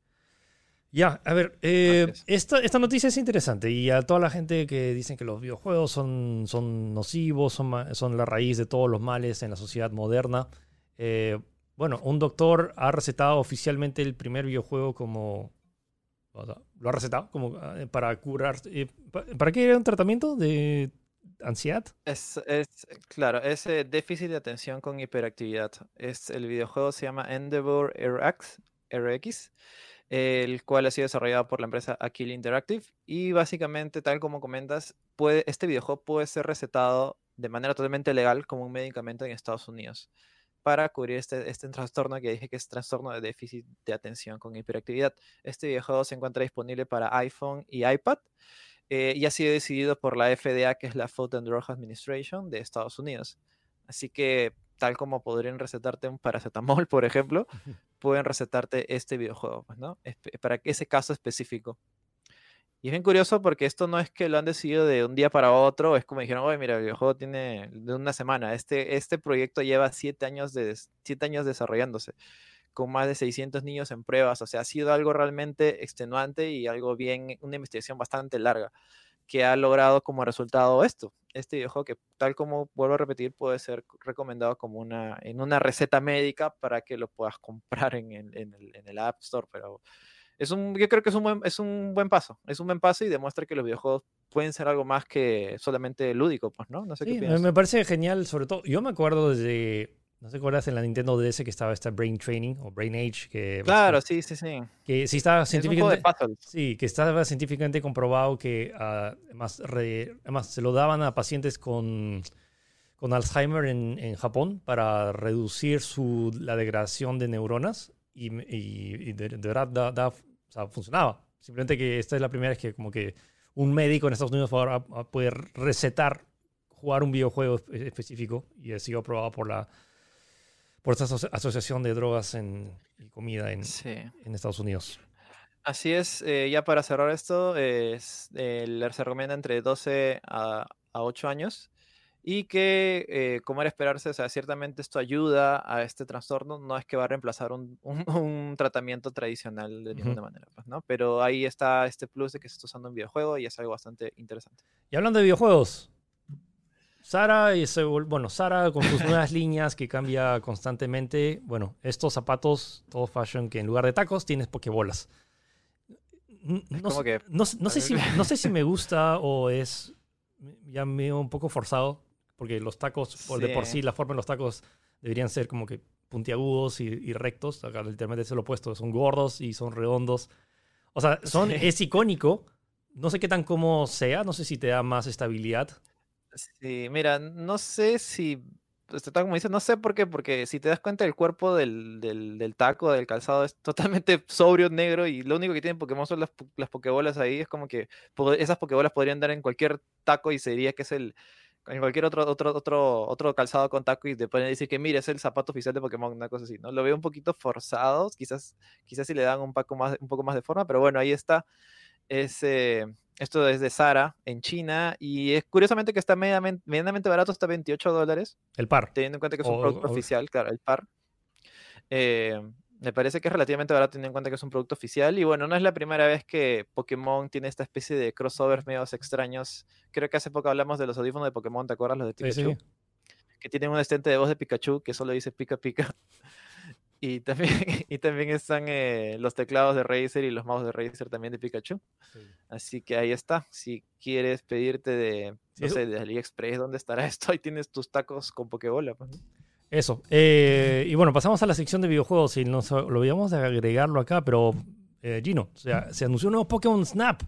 Ya, a ver, Así eh, es. esta, esta noticia es interesante y a toda la gente que dicen que los videojuegos son, son nocivos, son, ma- son la raíz de todos los males en la sociedad moderna. eh, bueno, un doctor ha recetado oficialmente el primer videojuego como... o sea, lo ha recetado como eh, para curar... eh, pa- ¿para qué era un tratamiento de ansiedad? Es, es, claro, ese déficit de atención con hiperactividad. Es, el videojuego se llama Endeavor R X, R X, el cual ha sido desarrollado por la empresa Aquila Interactive. Y básicamente, tal como comentas, puede, este videojuego puede ser recetado de manera totalmente legal como un medicamento en Estados Unidos para cubrir este, este trastorno que dije que es trastorno de déficit de atención con hiperactividad. Este videojuego se encuentra disponible para iPhone y iPad eh, y ha sido decidido por la F D A, que es la Food and Drug Administration de Estados Unidos. Así que, tal como podrían recetarte un paracetamol, por ejemplo, pueden recetarte este videojuego, pues, ¿no? Espe- para ese caso específico. Y es bien curioso porque esto no es que lo han decidido de un día para otro, es como dijeron, oye, mira, el videojuego tiene de una semana. Este, este proyecto lleva siete años, de, siete años desarrollándose, con más de seiscientos niños en pruebas. O sea, ha sido algo realmente extenuante y algo bien, una investigación bastante larga que ha logrado como resultado esto. Este videojuego que, tal como vuelvo a repetir, puede ser recomendado como una, en una receta médica para que lo puedas comprar en el, en el, en el App Store, pero es un, yo creo que es un, buen, es un buen paso, es un buen paso y demuestra que los videojuegos pueden ser algo más que solamente lúdico, pues, ¿no? No sé qué Sí, me, opinas me tú. parece genial, sobre todo, yo me acuerdo desde, no sé si acuerdas en la Nintendo D S que estaba esta Brain Training o Brain Age, que Claro, básicamente sí, sí, sí. que sí estaba Es un juego de científicamente, puzzles. sí, que estaba científicamente comprobado que ah, además, re- además se lo daban a pacientes con, con Alzheimer en, en Japón para reducir su, la degradación de neuronas y, me- y- y de, de verdad da- da- o sea, funcionaba. Simplemente que esta es la primera vez que como que un médico en Estados Unidos va a, a poder recetar jugar un videojuego espe- específico y ha sido aprobado por la por esta aso- asociación de drogas en- y comida en, Sí. en Estados Unidos. Así es, eh, ya para cerrar esto, es, eh, le- se recomienda entre doce a, a ocho años y que, eh, como era esperarse, o sea, ciertamente esto ayuda a este trastorno, no es que va a reemplazar un, un- un tratamiento tradicional de Ujú. ninguna manera, pues, ¿no? Pero ahí está este plus de que se está usando un videojuego y es algo bastante interesante. Y hablando de videojuegos, Sara, y se vol- bueno, Sara con sus nuevas líneas que cambia constantemente. Bueno, estos zapatos, todo fashion, que en lugar de tacos tienes pokebolas. N- Es No, como sé- que... no, sé- no sé si, no sé si me gusta o es ya medio un poco forzado, porque los tacos, por de por Sí, sí, la forma de los tacos deberían ser como que puntiagudos y, y rectos. Acá literalmente es lo opuesto, son gordos y son redondos. O sea, son, sí. es icónico. No sé qué tan cómodo sea, no sé si te da más estabilidad. Sí, mira, no sé si, pues, tal como dices, no sé por qué, porque si te das cuenta el cuerpo del, del, del taco, del calzado, es totalmente sobrio, negro, y lo único que tienen Pokémon son las, po- las pokebolas ahí, es como que po- esas pokebolas podrían dar en cualquier taco y se diría que es el, en cualquier otro, otro, otro, otro calzado con taco y te pueden decir que mire, es el zapato oficial de Pokémon, una cosa así, ¿no? Lo veo un poquito forzado, quizás, quizás si le dan un poco más, un poco más de forma, pero bueno, ahí está. Es, eh, esto es de Zara en China y es curiosamente que está medianamente, medianamente barato, está veintiocho dólares, El par. teniendo en cuenta que es un O, producto o- oficial, claro, el par. Eh, Me parece que es relativamente barato teniendo en cuenta que es un producto oficial. Y bueno, no es la primera vez que Pokémon tiene esta especie de crossovers medios extraños. Creo que hace poco hablamos de los audífonos de Pokémon, ¿te acuerdas? Los de sí, sí. Pikachu. Que tienen un asistente de voz de Pikachu que solo dice pica pica. Y también, y también están eh, los teclados de Razer y los mouse de Razer también de Pikachu. Sí. Así que ahí está. Si quieres pedirte de, Sí, no eso. sé, de AliExpress, ¿dónde estará esto? Ahí tienes tus tacos con Pokébola, pues, ¿no? Eso. Eh, y bueno, pasamos a la sección de videojuegos y nos lo olvidamos de agregarlo acá, pero eh, Gino, o sea, se anunció un nuevo Pokémon Snap.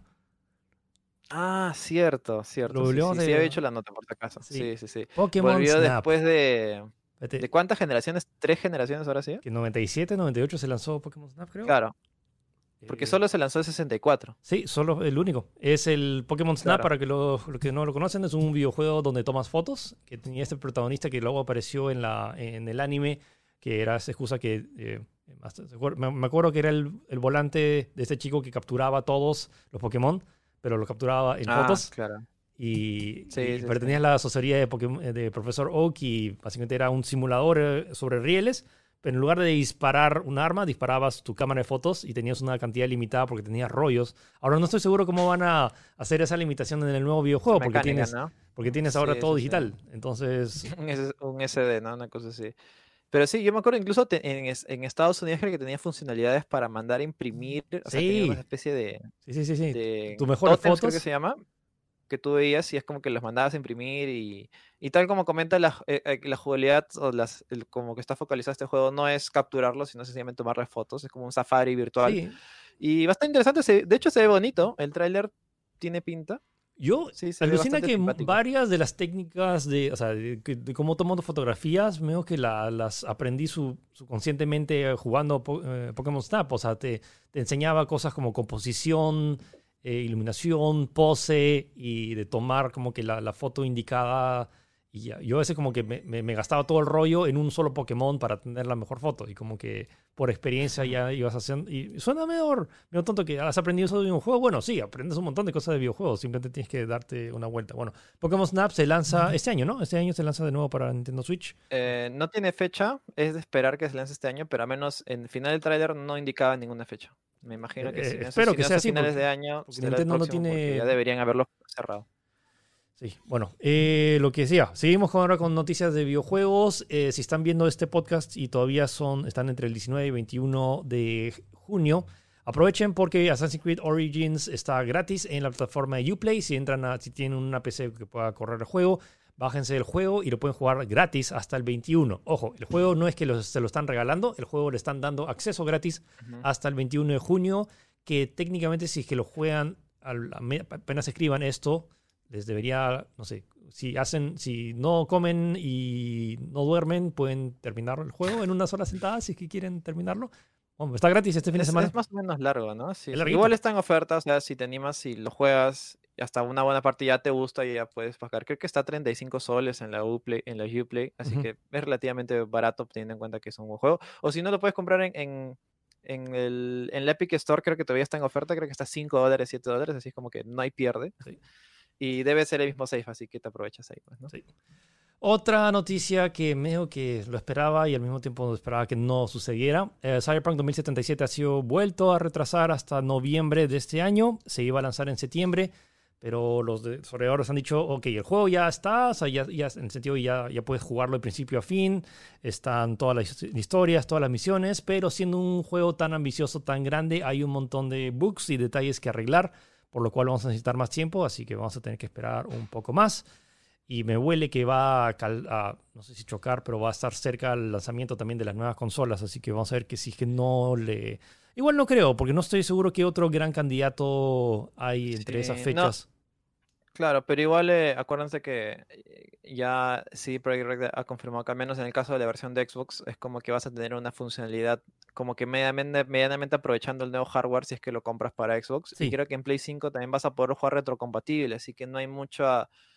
Ah, cierto, cierto. Lo Sí, olvidamos sí, sí, había de... hecho la nota por si acaso. Sí. Sí, sí, sí. Pokémon Volvió Snap. después de... ¿De Vete, cuántas generaciones? ¿Tres generaciones ahora sí? que noventa y siete, noventa y ocho se lanzó Pokémon Snap, creo. Claro, porque Eh, solo se lanzó en sesenta y cuatro. sí, solo el único. Es el Pokémon Snap, Claro. para que los los que no lo conocen, es un videojuego donde tomas fotos, que tenía este protagonista que luego apareció en, la, en el anime, que era esa excusa que... eh, hasta- se acuer- me me acuerdo que era el, el volante de este chico que capturaba a todos los Pokémon, pero lo capturaba en Ah, fotos. claro. Y, Sí, y sí, pertenecía sí. a la asesoría de, Pokémon- eh, de Profesor Oak y básicamente era un simulador eh, sobre rieles, pero en lugar de disparar un arma, disparabas tu cámara de fotos y tenías una cantidad limitada porque tenías rollos. Ahora no estoy seguro cómo van a hacer esa limitación en el nuevo Esa videojuego porque mecánica, tienes, ¿no? porque tienes ahora Sí, todo sí, sí. digital. Entonces, Un, S- un S D, ¿no? Una cosa así. Pero sí, yo me acuerdo incluso te- en, es- en Estados Unidos creo que tenía funcionalidades para mandar a imprimir, o sea, tenía una sí, especie de, sí, sí, sí, sí. de Tus mejores tótems, creo que fotos. se llama, que tú veías y es como que los mandabas a imprimir y, y tal como comenta la, eh, eh, la jugabilidad o las, el- como que está focalizado este juego no es capturarlo, sino sencillamente tomarle fotos, es como un safari virtual. Sí, Y bastante interesante, se- de hecho se ve bonito, el tráiler tiene pinta, yo sí, se ve alucina bastante que m- simpático. varias de las técnicas de, o sea, de, que- de cómo tomo fotografías, veo que la- las aprendí su- subconscientemente jugando po- eh, Pokémon Snap. O sea, te, te enseñaba cosas como composición, eh, iluminación, pose y de tomar como que la, la foto indicada. Y ya. Yo a veces como que me, me- me gastaba todo el rollo en un solo Pokémon para tener la mejor foto. Y como que por experiencia ya ibas haciendo... Y suena mejor, medio tonto que has aprendido eso de un juego. Bueno, sí, aprendes un montón de cosas de videojuegos. Simplemente tienes que darte una vuelta. Bueno, Pokémon Snap se lanza este año, ¿no? Este año se lanza de nuevo para Nintendo Switch. Eh, no tiene fecha, es de esperar que se lance este año, pero al menos en el final del tráiler no indicaba ninguna fecha. Me imagino que Eh, si eh, no es, espero si que no es sea a así finales porque, de año, porque será el Nintendo no próximo porque ya tiene... deberían haberlo cerrado. Sí, bueno, eh, lo que decía, seguimos con- ahora con noticias de videojuegos. Eh, si están viendo este podcast y todavía son, están entre el diecinueve y veintiuno de junio, aprovechen porque Assassin's Creed Origins está gratis en la plataforma de Uplay. Si entran a, si tienen una P C que pueda correr el juego, bájense el juego y lo pueden jugar gratis hasta el veintiuno. Ojo, el juego no es que los- se lo están regalando, el juego le están dando acceso gratis Ujú. hasta el veintiuno de junio, que técnicamente si es que lo juegan, al- apenas escriban esto, les debería, no sé, si hacen, si no comen y no duermen, pueden terminar el juego en una sola sentada si es que quieren terminarlo. Bueno, está gratis este fin de Es, semana. es más o menos largo, ¿no? Sí, Es sí. larguito. Igual está en oferta, o sea, si te animas, si lo juegas hasta una buena parte ya te gusta y ya puedes pagar. Creo que está a treinta y cinco soles en la Uplay, en la Uplay, así Ujú. que es relativamente barato teniendo en cuenta que es un buen juego. O si no, lo puedes comprar en, en, en el, en la Epic Store, creo que todavía está en oferta, creo que está cinco dólares, siete dólares, así es como que no hay pierde. Sí, Y debe ser el mismo safe, así que te aprovechas ahí, pues, ¿no? sí. Otra noticia que medio que lo esperaba y al mismo tiempo esperaba que no sucediera. Eh, Cyberpunk dos mil setenta y siete ha sido vuelto a retrasar hasta noviembre de este año. Se iba a lanzar en septiembre, pero los desarrolladores han dicho, ok, el juego ya está, o sea, ya, ya, en el sentido ya, ya puedes jugarlo de principio a fin, están todas las historias, todas las misiones, pero siendo un juego tan ambicioso, tan grande, hay un montón de bugs y detalles que arreglar, por lo cual vamos a necesitar más tiempo, así que vamos a tener que esperar un poco más. Y me huele que va a, cal- a, no sé si chocar, pero va a estar cerca al lanzamiento también de las nuevas consolas. Así que vamos a ver que si es que no le... Igual no creo, porque no estoy seguro que otro gran candidato hay entre esas Sí, no, fechas. claro, pero igual eh, acuérdense que eh, ya sí Projekt Red ha confirmado que al menos en el caso de la versión de Xbox es como que vas a tener una funcionalidad como que medianamente, medianamente aprovechando el nuevo hardware si es que lo compras para Xbox. Y Sí, creo que en Play cinco también vas a poder jugar retrocompatible, así que no hay mucha,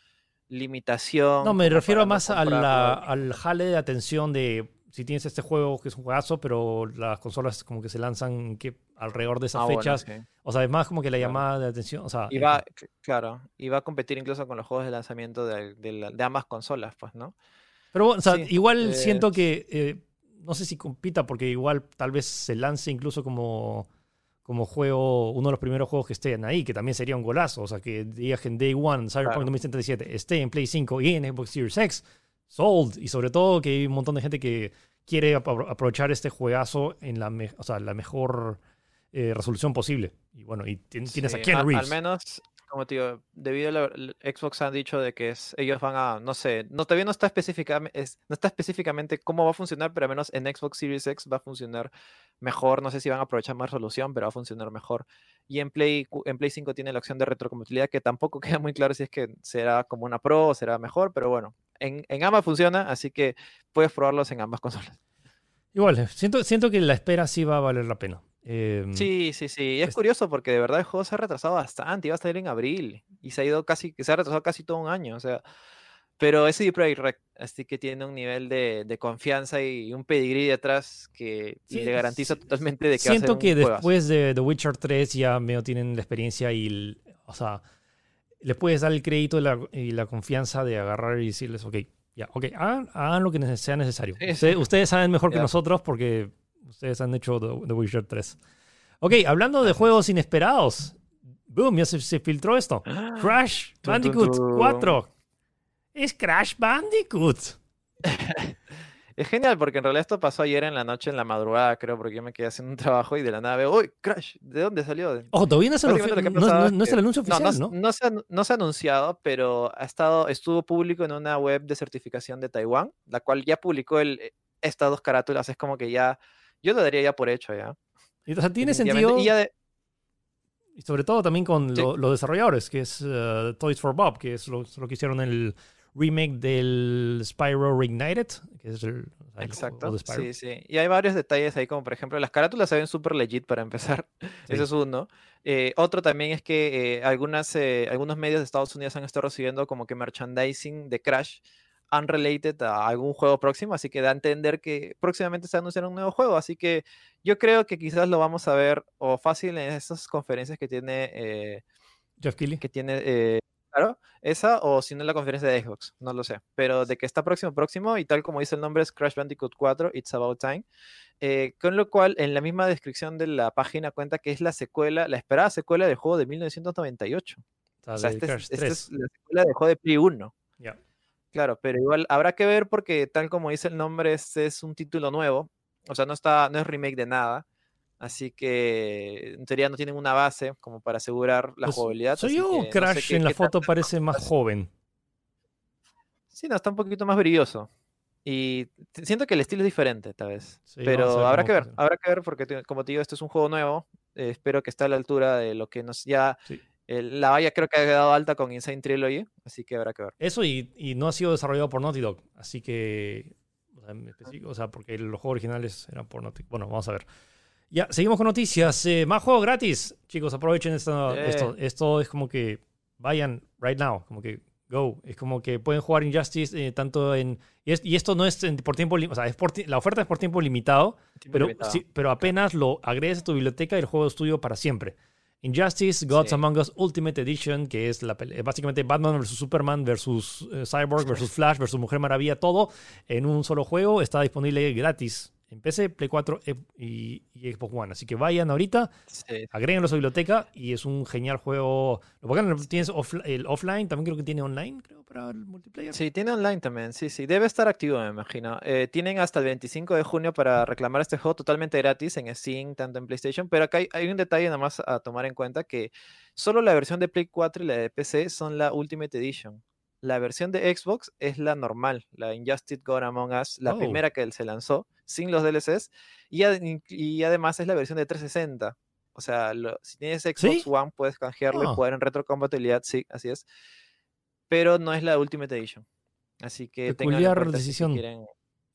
limitación. No, me como refiero para no más a la- comprarlo. al jale de atención de si tienes este juego que es un juegazo, pero las consolas como que se lanzan que alrededor de esas Ah, bueno, fechas. sí, O sea, es más como que la claro. llamada de atención. O sea, Y es va, como- c- claro, y va a competir incluso con los juegos de lanzamiento de, de la- de ambas consolas, pues, ¿no? pero bueno, o sea, Sí, igual siento es- que, eh, no sé si compita, porque igual tal vez se lance incluso como, como juego, uno de los primeros juegos que estén ahí, que también sería un golazo. O sea, que digas que en Day One, Cyberpunk claro. dos mil setenta y siete, esté en Play cinco y en Xbox Series X, sold. Y sobre todo que hay un montón de gente que quiere apro- aprovechar este juegazo en la, me- o sea, la mejor eh, resolución posible. Y bueno, y tien- tienes a Sí, Keanu a- al Reeves. menos, como te digo, debido a la, l- Xbox han dicho de que es, ellos van a, no sé, no, todavía no está específicamente, no está específicamente cómo va a funcionar, pero al menos en Xbox Series X va a funcionar mejor. No sé si van a aprovechar más resolución, pero va a funcionar mejor. Y en Play, cu- en Play cinco tiene la opción de retrocompatibilidad, que tampoco queda muy claro si es que será como una Pro o será mejor, pero bueno, en, en ambas funciona, así que puedes probarlos en ambas consolas. Igual, siento, siento que la espera sí va a valer la pena. Eh, Sí, sí, sí. Y es es- curioso porque de verdad el juego se ha retrasado bastante. Iba a salir en abril y se ha ido casi, se ha retrasado casi todo un año. O sea, pero es C D Projekt Red, así que tiene un nivel de, de confianza y un pedigrí detrás que sí, le garantiza sí, totalmente de que va a ser siento un que juegazo. después de The Witcher tres ya medio tienen la experiencia y, el- o sea, les puedes dar el crédito y la, y la confianza de agarrar y decirles, ok, ya, ok, hagan, hagan lo que nece- sea necesario. Sí, sí, Ustedes, ustedes saben mejor que ya. nosotros porque ustedes han hecho The, The Witcher tres. Ok, hablando de Así es. juegos inesperados. Boom, ya se, se filtró esto. Crash Tun, tun, Bandicoot tun. cuatro. Es Crash Bandicoot. Es genial porque en realidad esto pasó ayer en la noche, en la madrugada, creo, porque yo me quedé haciendo un trabajo y de la nada veo, ¡uy, Crash! ¿De dónde salió? Ojo, todavía no es el, Básicamente ofi- lo que ha no, pasado no- es no es que el anuncio no, no, oficial, s- ¿no? no se, ha anu- no se ha anunciado, pero ha estado, estuvo público en una web de certificación de Taiwán, la cual ya publicó el, eh, estas dos carátulas. Es como que ya, yo lo daría ya por hecho, ya. Y, o sea, tiene Definitivamente. Y sentido, ya de, y sobre todo también con sí, lo- los desarrolladores, que es eh, Toys for Bob, que es lo, lo que hicieron el remake del Spyro Reignited, que es el, o sea, el juego exacto. de Spyro. Sí, sí. Y hay varios detalles ahí, como por ejemplo, las carátulas se ven súper legit para empezar. Ese Sí. es uno. Eh, otro también es que eh, algunas, eh, algunos medios de Estados Unidos han estado recibiendo como que merchandising de Crash unrelated a algún juego próximo, así que da a entender que próximamente se anunciará un nuevo juego. Así que yo creo que quizás lo vamos a ver o fácil en esas conferencias que tiene, eh, Jeff Keighley. que tiene, eh, claro, esa o si no en la conferencia de Xbox, no lo sé. Pero de que está próximo, próximo, y tal como dice el nombre es Crash Bandicoot cuatro, It's About Time. Eh, con lo cual, en la misma descripción de la página cuenta que es la secuela, la esperada secuela del juego de mil novecientos noventa y ocho. O sea, O sea, de este es, Crash este tres. es la secuela del juego de Play uno. Ya. Claro, pero igual habrá que ver porque tal como dice el nombre, este es un título nuevo. O sea, no está, no es remake de nada. Así que en teoría no tienen una base como para asegurar la Pues, jugabilidad. soy así yo, que no sé Crash qué- en la qué foto tanta parece más cosa- joven. Sí, no, está un poquito más brilloso. Y t- siento que el estilo es diferente, tal vez. Sí, vamos a Pero ver habrá cómo que ver, funciona. habrá que ver porque, te- como te digo, este es un juego nuevo. Eh, espero que esté a la altura de lo que nos ya... Sí. eh, la valla creo que ha quedado alta con Insane Trilogy, así que habrá que ver. Eso y, y no ha sido desarrollado por Naughty Dog. Así que. O sea, en específico, o sea, porque los juegos originales eran por Naughty Dog. Bueno, vamos a ver. Ya, seguimos con noticias. Eh, más juegos gratis. Chicos, aprovechen esto, Eh. esto. Esto es como que vayan right now. Como que go. Es como que pueden jugar Injustice eh, tanto en. Y, es- y esto no es en- por tiempo. li- O sea, es por ti- la oferta es por tiempo limitado. Tiempo Pero, limitado. sí, pero apenas lo agregues a tu biblioteca y el juego es tuyo para siempre. Injustice Gods Sí. Among Us Ultimate Edition, que es la pele- básicamente Batman versus Superman versus eh, Cyborg versus Flash versus Mujer Maravilla, todo en un solo juego. Está disponible gratis en P C, Play cuatro e- y, y Xbox One. Así que vayan ahorita, Sí. agréguenlo a su biblioteca y es un genial juego. Lo bacán, tienes off- el offline, también creo que tiene online, creo, para el multiplayer. Sí, tiene online también, sí, sí. Debe estar activo, me imagino. Eh, tienen hasta el veinticinco de junio para reclamar este juego totalmente gratis en Steam, tanto en PlayStation. Pero acá hay, hay un detalle nada más a tomar en cuenta, que solo la versión de Play cuatro y la de P C son la Ultimate Edition. La versión de Xbox es la normal, la Injustice God Among Us, la Oh. primera que se lanzó, sin los D L Cs. Y, ad- y además es la versión de trescientos sesenta. O sea, lo- si tienes Xbox ¿Sí? One, puedes canjearlo Ah. y jugar en retrocompatibilidad, sí, así es. Pero no es la Ultimate Edition. Así que tengan en Peculiar cuenta si decisión. quieren.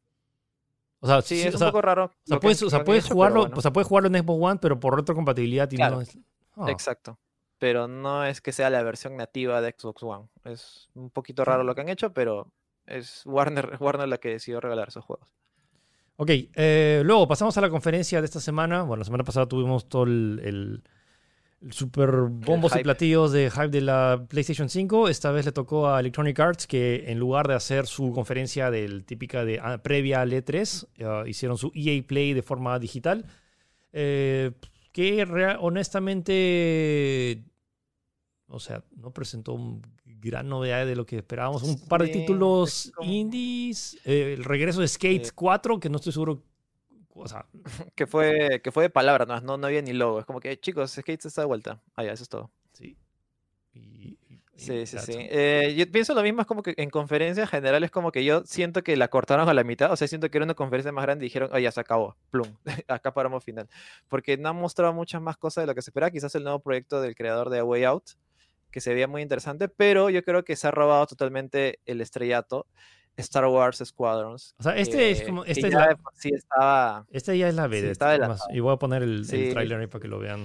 O sea, Sí, sí, es o un sea, poco raro. o sea, lo que puedes, han- o sea, lo que han puedes hecho, pero jugarlo, bueno. o sea, puedes jugarlo en Xbox One, pero por retrocompatibilidad y Claro. no es. Ah. Exacto. pero no es que sea la versión nativa de Xbox One. Es un poquito raro lo que han hecho, pero es Warner, Warner la que decidió regalar esos juegos. Ok, eh, luego pasamos a la conferencia de esta semana. Bueno, la semana pasada tuvimos todo el, el, el super bombos y platillos de hype de la PlayStation cinco. Esta vez le tocó a Electronic Arts que en lugar de hacer su conferencia del típica de ah, previa al E tres, uh, hicieron su E A Play de forma digital. Eh, que real, honestamente, o sea, no presentó un gran novedad de lo que esperábamos. Un par de Sí, títulos como... indies. Eh, el regreso de Skate sí. cuatro, que no estoy seguro. O sea, que, fue, que fue de palabra, no, no, no había ni logo. Es como que, chicos, Skate está de vuelta. Ah, ya, eso es todo. sí. Y, y, Sí, y sí, that's sí. all. Eh, yo pienso lo mismo, es como que en conferencia general es como que yo siento que la cortaron a la mitad, o sea, siento que era una conferencia más grande y dijeron, oh, ya se acabó, plum, acá paramos final. Porque no han mostrado muchas más cosas de lo que se esperaba, quizás el nuevo proyecto del creador de A Way Out, que se veía muy interesante, pero yo creo que se ha robado totalmente el estrellato Star Wars Squadrons, O sea, este es que, como. que Esta es ya de la. por sí estaba, Esta ya es la sí, B. estaba de la... Más, y voy a poner el, el Sí, tráiler ahí para que lo vean.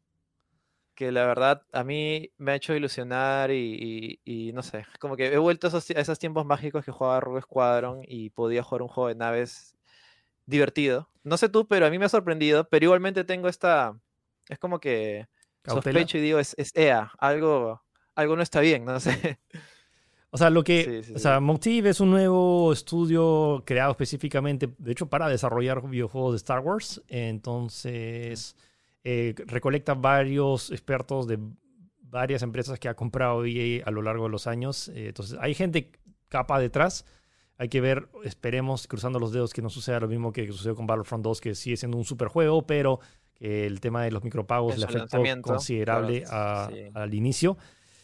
que la verdad a mí me ha hecho ilusionar y, y- y no sé, como que he vuelto a esos, a esos tiempos mágicos que jugaba Rogue Squadron y podía jugar un juego de naves divertido. No sé tú, pero a mí me ha sorprendido, pero igualmente tengo esta, es como que Cautela. sospecho y digo, es, es E A, algo, algo no está bien, no sé. O sea, lo que. Sí, sí, O sí. sea, Motive es un nuevo estudio creado específicamente, de hecho, para desarrollar videojuegos de Star Wars. Entonces, eh, recolecta varios expertos de varias empresas que ha comprado E A a lo largo de los años. Eh, entonces, hay gente capa detrás. Hay que ver, esperemos, cruzando los dedos, que no suceda lo mismo que sucedió con Battlefront dos, que sigue siendo un super juego, pero que el tema de los micropagos En le su afectó lanzamiento, claro, considerable a- sí. al inicio.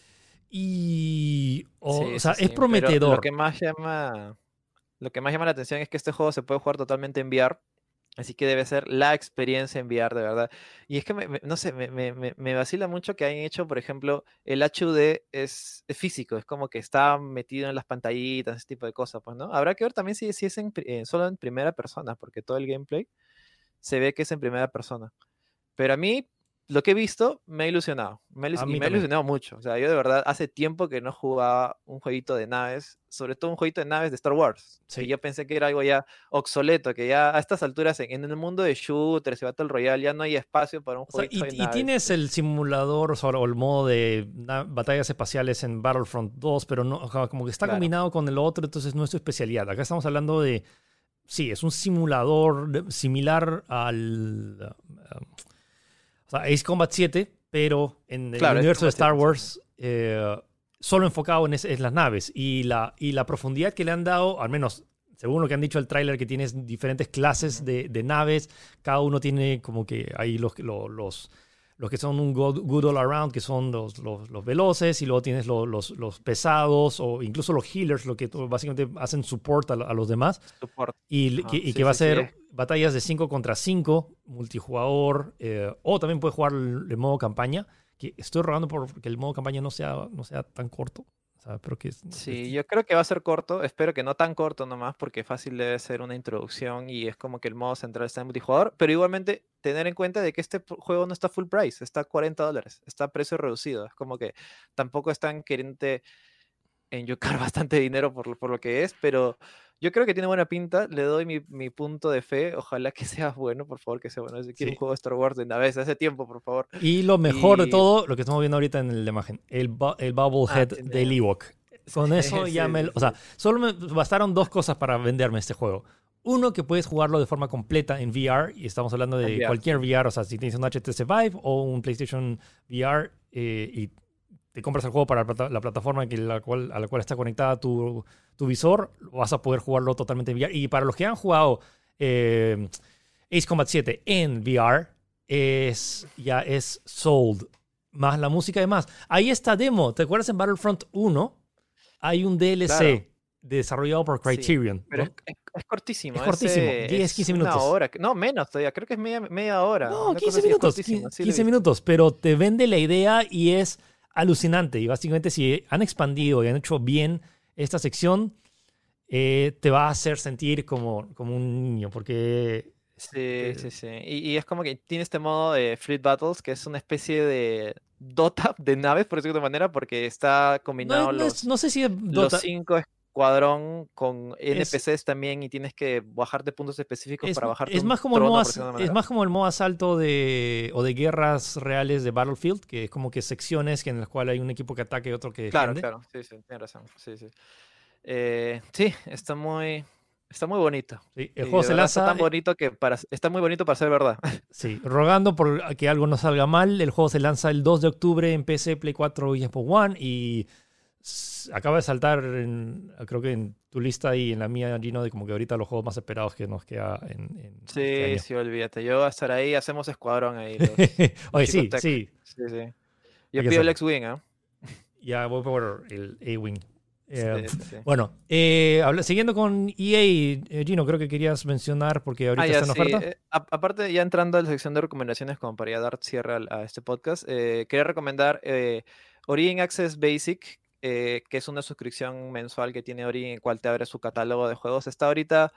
Y, o, o Sí, sea, sí, es sí. Pero lo prometedor. que más llama, lo que más llama la atención es que este juego se puede jugar totalmente en V R. Así que debe ser la experiencia en V R, de verdad. Y es que, me- me- no sé, me, me- me- me vacila mucho que hayan hecho, por ejemplo, el H U D es, es físico, es como que está metido en las pantallitas, ese tipo de cosas, pues, ¿no? Habrá que ver también si, si es en pri- eh, solo en primera persona, porque todo el gameplay se ve que es en primera persona. Pero a mí, lo que he visto, me ha ilusionado. Me ha A ilus- y mí me ha también. ilusionado mucho. O sea, yo de verdad hace tiempo que no jugaba un jueguito de naves, sobre todo un jueguito de naves de Star Wars, que Sí. yo pensé que era algo ya obsoleto, que ya a estas alturas en, en el mundo de shooters y Battle Royale ya no hay espacio para un O sea, jueguito y, de y naves. tienes el simulador o, sea, o el modo de na- batallas espaciales en Battlefront dos, pero no, o sea, como que está Claro, combinado con el otro, entonces no es tu especialidad. Acá estamos hablando de, sí, es un simulador de- similar al uh, o sea, Ace Combat siete, pero en el claro, es universo de Combat Star siete, sí. Wars, eh, solo enfocado en, es- en las naves. Y la, y la profundidad que le han dado, al menos según lo que han dicho el tráiler, que tienes diferentes clases Ujú. de, de naves. Cada uno tiene como que ahí los, los, los, los que son un good, good all around, que son los, los, los veloces, y luego tienes los, los, los pesados, o incluso los healers, lo que básicamente hacen support a, a los demás. Support. Y, que, Ajá, y que sí, va a sí, sí. ser es- batallas de cinco contra cinco, multijugador, eh, o también puedes jugar el, el modo campaña, que estoy rogando por que el modo campaña no sea, no sea tan corto. O sea, pero que es- Sí, es- yo creo que va a ser corto, espero que no tan corto nomás, porque fácil debe ser una introducción y es como que el modo central está en multijugador, pero igualmente tener en cuenta de que este pu- juego no está full price, está a cuarenta dólares, está a precio reducido, es como que tampoco están queriendo enyucar bastante dinero por, lo- por lo que es, pero yo creo que tiene buena pinta, le doy mi, mi punto de fe, ojalá que sea bueno, por favor, que sea bueno, si quiero un sí. juego de Star Wars de naves hace tiempo, por favor. Y lo mejor de Y... todo, lo que estamos viendo ahorita en la imagen, el, bu- el Ah, Bubblehead del tiene... Ewok. Con eso Sí, ya sí, me... sí, O sea, sí. solo me bastaron dos cosas para venderme este juego. Uno, que puedes jugarlo de forma completa en V R, y estamos hablando de Enviar, cualquier sí. V R, o sea, si tienes un H T C Vive o un PlayStation V R, eh, y te compras el juego para la, plata- la plataforma que la cual, a la cual está conectada tu, tu visor, vas a poder jugarlo totalmente en V R. Y para los que han jugado eh, Ace Combat siete en V R, es, ya es sold. Más la música y demás. Ahí está demo. ¿Te acuerdas en Battlefront uno? Hay un D L Claro, C desarrollado por sí. Criterion, Pero es, ¿no? es- es Es cortísimo, es, cortísimo, eh, diez, es quince una minutos. hora, no menos todavía, creo que es media, media hora, No, una cosa quince así, es minutos, cortísimo, sí lo he quince visto. minutos, pero te vende la idea y es alucinante. Y básicamente si han expandido y han hecho bien esta sección, eh, te va a hacer sentir como, como un niño, porque... Sí, eh, sí, sí. Y, y es como que tiene este modo de Fleet Battles, que es una especie de, Dota de naves, por decirlo de manera, porque está No, combinado no, es- los, no sé si es los Dota. cinco escuadrón con Es, N P Cs también y tienes que bajarte puntos específicos es, para bajarte es un más como el trono, modo, por as- decirlo de es manera. más como el modo asalto de, o de guerras reales de Battlefield, que es como que secciones que en las cuales hay un equipo que ataca y otro que Claro, defiende. claro, sí, sí, tienes razón. Sí, sí. Eh, sí, está muy, está muy bonito. Sí, el Y juego de se verdad está lanza, tan eh, bonito que para, está muy bonito para ser verdad. sí, rogando por que algo no salga mal. El juego se lanza el dos de octubre en P C, Play cuatro y Xbox One y s- acaba de saltar, en- creo que en tu lista y en la mía, Gino, de como que ahorita los juegos más esperados que nos queda en, en este Sí, año. sí, olvídate. Yo voy a estar ahí, hacemos escuadrón ahí, los, los Oye, chicos sí, tech. sí, Sí, sí. hay Yo que pido el hacerlo. X-Wing, ¿ah? Ya voy por el A-Wing. Eh, Sí, sí, sí. bueno, eh, habla- siguiendo con E A, eh, Gino, creo que querías mencionar porque Ah, ahorita ya, está en sí. oferta. eh, a- aparte, ya entrando a la sección de recomendaciones, como para ya dar cierre al- a, este podcast, eh, quería recomendar eh, Origin Access Basic, eh, que es una suscripción mensual que tiene Origin, en cual te abre su catálogo de juegos. Está ahorita,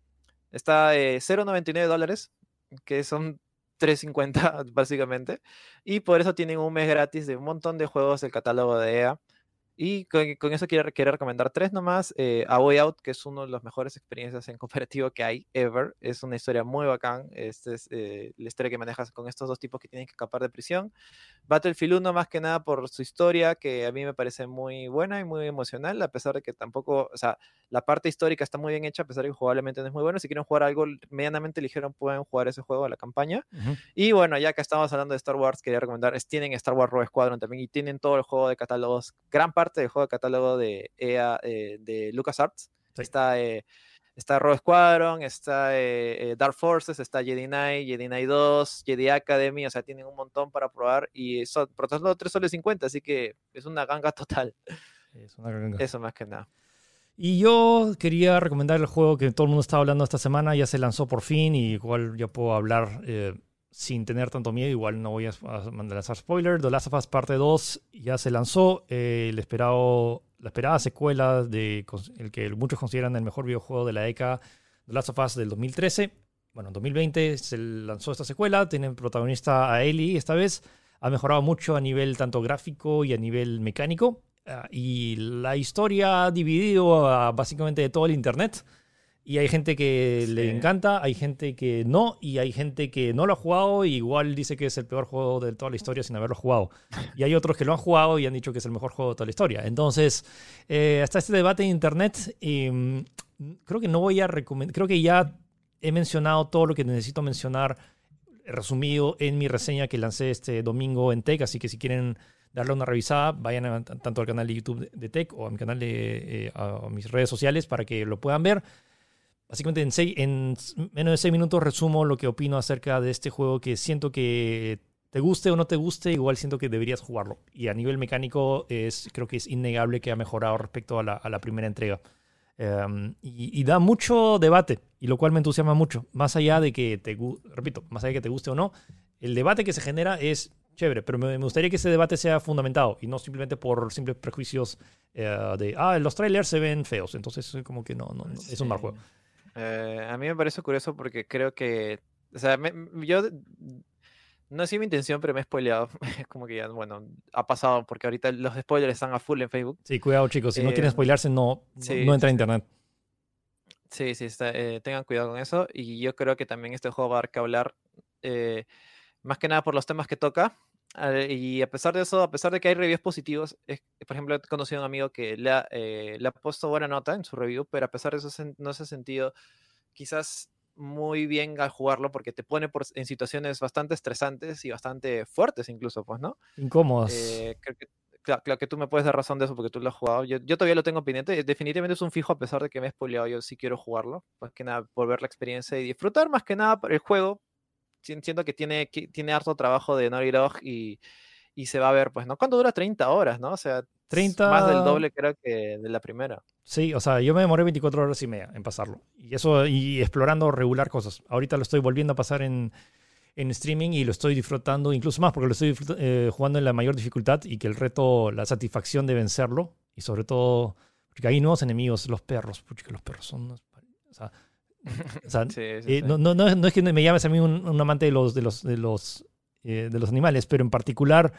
está eh, cero coma noventa y nueve dólares, que son tres cincuenta básicamente, y por eso tienen un mes gratis de un montón de juegos del catálogo de E A. Y con, con eso quiero, quiero recomendar tres nomás. Eh, A Way Out, que es una de las mejores experiencias en cooperativo que hay ever. Es una historia muy bacán. Esta es eh, la historia que manejas con estos dos tipos que tienen que escapar de prisión. Battlefield uno más que nada por su historia, que a mí me parece muy buena y muy emocional, a pesar de que tampoco, o sea, la parte histórica está muy bien hecha, a pesar de que jugablemente no es muy bueno. Si quieren jugar algo medianamente ligero, pueden jugar ese juego a la campaña. Ujú. Y bueno, ya que estamos hablando de Star Wars, quería recomendar, es, tienen Star Wars Rogue Squadron también y tienen todo el juego de catálogos, gran parte del juego de catálogo de E A, eh, de LucasArts. Sí. Está, eh, está Rogue Squadron, está eh, eh, Dark Forces, está Jedi Knight, Jedi Knight dos, Jedi Academy, o sea, tienen un montón para probar y son, por todos tres soles cincuenta, así que es una ganga total. Es una ganga. Eso más que nada. Y yo quería recomendar el juego que todo el mundo está hablando esta semana. Ya se lanzó por fin y igual yo puedo hablar eh, sin tener tanto miedo. Igual no voy a, a lanzar spoiler. The Last of Us Parte dos ya se lanzó. Eh, el esperado, la esperada secuela de el que muchos consideran el mejor videojuego de la década, The Last of Us del dos mil trece. Bueno, en dos mil veinte se lanzó esta secuela. Tiene protagonista a Ellie esta vez. Ha mejorado mucho a nivel tanto gráfico y a nivel mecánico. Uh, y la historia ha dividido uh, básicamente de todo el internet. Y hay gente que sí. le encanta, hay gente que no, y hay gente que no lo ha jugado y igual dice que es el peor juego de toda la historia sin haberlo jugado. Y hay otros que lo han jugado y han dicho que es el mejor juego de toda la historia. Entonces, eh, hasta este debate en internet, eh, creo que no voy a recomendar, creo que ya he mencionado todo lo que necesito mencionar resumido en mi reseña que lancé este domingo en Tech, así que si quieren darle una revisada, vayan a, tanto al canal de YouTube de, de Tech o a mi canal de eh, a mis redes sociales para que lo puedan ver. Básicamente en, seis, en menos de seis minutos resumo lo que opino acerca de este juego que siento que te guste o no te guste, igual siento que deberías jugarlo. Y a nivel mecánico es, creo que es innegable que ha mejorado respecto a la, a la primera entrega. Um, y, y da mucho debate, y lo cual me entusiasma mucho. Más allá de que te, repito, más allá de que te guste o no, el debate que se genera es chévere, pero me, me gustaría que ese debate sea fundamentado y no simplemente por simples prejuicios uh, de, ah, los trailers se ven feos, entonces como que no, no, no Sí. es un mal juego. Eh, a mí me parece curioso porque creo que, o sea, me, yo no ha sido mi intención, pero me he spoileado. Es como que ya, bueno, ha pasado porque ahorita los spoilers están a full en Facebook. Sí, cuidado chicos, si eh, no quieren spoilarse, no, sí, no, no entra sí, a internet. Sí, sí, está, eh, tengan cuidado con eso. Y yo creo que también este juego va a dar que hablar, eh, más que nada por los temas que toca. Uh, y a pesar de eso, a pesar de que hay reviews positivos, es, por ejemplo, he conocido a un amigo que le ha, eh, le ha puesto buena nota en su review, pero a pesar de eso se, no se ha sentido quizás muy bien al jugarlo porque te pone por, en situaciones bastante estresantes y bastante fuertes incluso, pues, ¿no? Incómodos. Eh, creo que, claro, claro que tú me puedes dar razón de eso porque tú lo has jugado. Yo, yo todavía lo tengo pendiente. Definitivamente es un fijo a pesar de que me he spoileado. Yo sí quiero jugarlo. Más que nada por ver la experiencia y disfrutar más que nada el juego. Siento que tiene, que tiene harto trabajo de Naughty Dog y, y se va a ver, pues, ¿no? ¿Cuánto dura? treinta horas, ¿no? O sea, treinta... más del doble creo que de la primera. Sí, o sea, yo me demoré veinticuatro horas y media en pasarlo. Y eso, y explorando regular cosas. Ahorita lo estoy volviendo a pasar en, en streaming y lo estoy disfrutando incluso más porque lo estoy eh, jugando en la mayor dificultad y que el reto, la satisfacción de vencerlo y sobre todo, porque hay nuevos enemigos, los perros, porque los perros son unos... O sea, o sea sí, sí, eh, sí. No, no, no, es, no es que me llames a mí un, un amante de los, de los, de los, eh, de los animales, pero en particular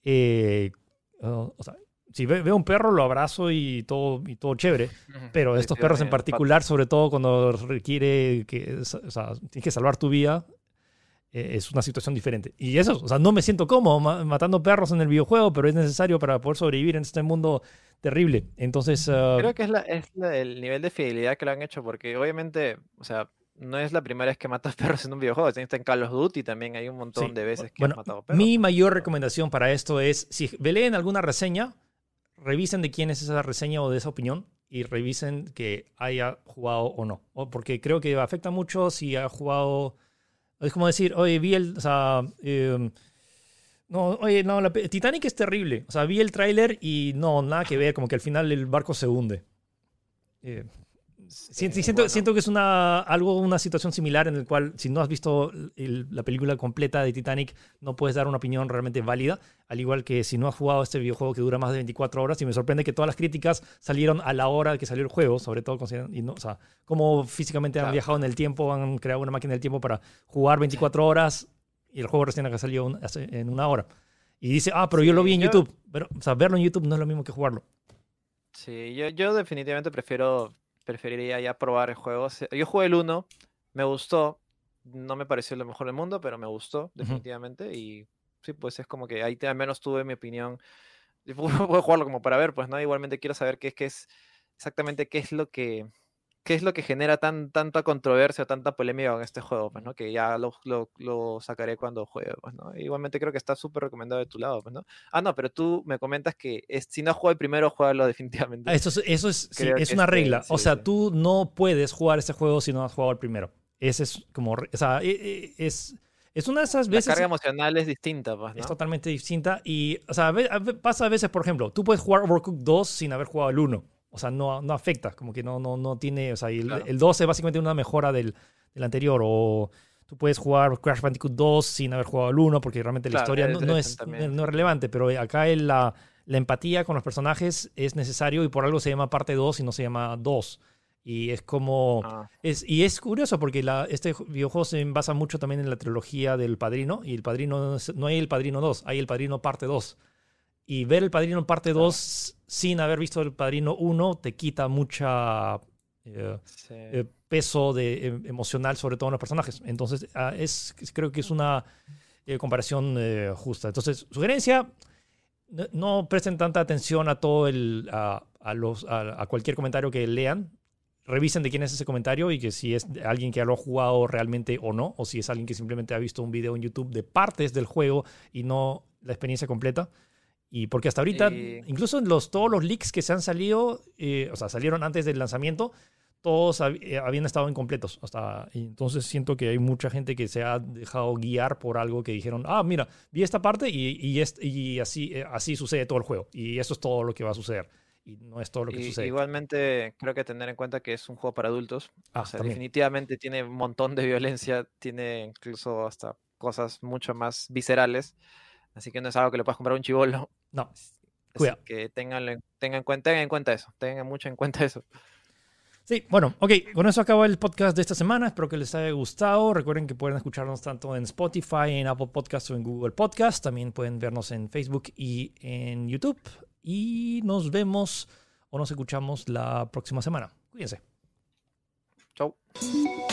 Eh, uh, o sea, si ve, veo un perro, lo abrazo y todo, y todo chévere. Pero estos Sí, perros en el particular, sobre todo cuando requiere que, o sea, tienes que salvar tu vida, eh, es una situación diferente. Y eso, o sea, no me siento cómodo ma- matando perros en el videojuego, pero es necesario para poder sobrevivir en este mundo terrible. Entonces, uh, Creo que es, la, es la- el nivel de fidelidad que lo han hecho, porque obviamente, o sea, no es la primera vez que matas perros en un videojuego. Está en Call of Duty también hay un montón sí. de veces que has Bueno, matado perros. mi ¿No? mayor recomendación para esto es, si leen alguna reseña, revisen de quién es esa reseña o de esa opinión y revisen que haya jugado o no. O porque creo que afecta mucho si ha jugado. Es como decir, oye, vi el. O sea, eh, no, oye, no, la, Titanic es terrible. O sea, vi el tráiler y no, nada que ver, como que al final el barco se hunde. Eh, Sí, siento, siento, bueno, siento que es una, algo, una situación similar en el cual si no has visto el, la película completa de Titanic no puedes dar una opinión realmente válida, al igual que si no has jugado este videojuego que dura más de veinticuatro horas y me sorprende que todas las críticas salieron a la hora que salió el juego, sobre todo considerando, y no, o sea, cómo físicamente han claro. viajado en el tiempo, han creado una máquina del tiempo para jugar veinticuatro horas y el juego recién acá salió un, hace, en una hora. Y dice, ah, pero yo lo vi Sí, en yo, YouTube. Pero, o sea, verlo en YouTube no es lo mismo que jugarlo. sí, yo, yo definitivamente prefiero, preferiría ya probar el juego. Se- Yo jugué el uno, me gustó, no me pareció lo mejor del mundo, pero me gustó Ujú. definitivamente. Y sí, pues es como que ahí te- al menos tuve mi opinión. Y pu- Puedo jugarlo como para ver, pues, ¿no? Igualmente quiero saber qué es, qué es exactamente qué es lo que, qué es lo que genera tan, tanta controversia, tanta polémica con este juego, pues, ¿no? Que ya lo, lo, lo sacaré cuando juegue, pues, ¿no? Igualmente creo que está súper recomendado de tu lado, pues, ¿no? Ah, no, pero tú me comentas que es- si no has jugado el primero, juégalo definitivamente. Ah, Eso es, eso es, sí, Creo es que una este, regla. O sí, sea, sí. tú no puedes jugar ese juego si no has jugado el primero. Ese es como, re- o sea, e- e- es, es una de esas La veces, carga emocional es distinta, pues, es ¿no? totalmente distinta. Y, o sea, a ve- a ve- pasa a veces, por ejemplo, tú puedes jugar Overcooked dos sin haber jugado el uno. O sea, no, no afecta, como que no, no, no tiene, o sea, y el, Claro. el dos es básicamente una mejora del, del anterior. O tú puedes jugar Crash Bandicoot dos sin haber jugado el uno, porque realmente la Claro, historia no, es, no es es, no también, es sí. relevante, pero acá el- la, la empatía con los personajes es necesario y por algo se llama parte dos y no se llama dos. Y es como... Ah, Es, y es curioso porque la, este videojuego se basa mucho también en la trilogía del Padrino. Y el Padrino no, es- no hay el Padrino dos, hay el Padrino parte dos. Y ver el Padrino parte claro. dos sin haber visto el Padrino uno te quita mucha eh, Sí. eh, peso de, em- emocional, sobre todo en los personajes. Entonces, ah, es, creo que es una eh, comparación eh, justa. Entonces, sugerencia, no, no presten tanta atención a todo el, a, a los, a, a cualquier comentario que lean. Revisen de quién es ese comentario y que si es de alguien que lo ha jugado realmente o no, o si es alguien que simplemente ha visto un video en YouTube de partes del juego y no la experiencia completa. Y porque hasta ahorita, Y, incluso en los, todos los leaks que se han salido, eh, o sea, salieron antes del lanzamiento, todos hab- eh, habían estado incompletos. Hasta, y entonces siento que hay mucha gente que se ha dejado guiar por algo que dijeron, ah, mira, vi esta parte y, y, est- y así, eh, así sucede todo el juego. Y eso es todo lo que va a suceder. Y no es todo lo que y sucede. igualmente creo que tener en cuenta que es un juego para adultos. O Ah, sea, también. definitivamente tiene un montón de violencia, tiene incluso hasta cosas mucho más viscerales. Así que no es algo que le puedas comprar a un chibolo. No, Así cuidado. que ténganlo en, tengan en cuenta, tengan en cuenta eso, tengan mucho en cuenta eso. Sí, bueno, ok, con eso acaba el podcast de esta semana. Espero que les haya gustado. Recuerden que pueden escucharnos tanto en Spotify, en Apple Podcasts o en Google Podcasts. También pueden vernos en Facebook y en YouTube. Y nos vemos o nos escuchamos la próxima semana. Cuídense. Chau.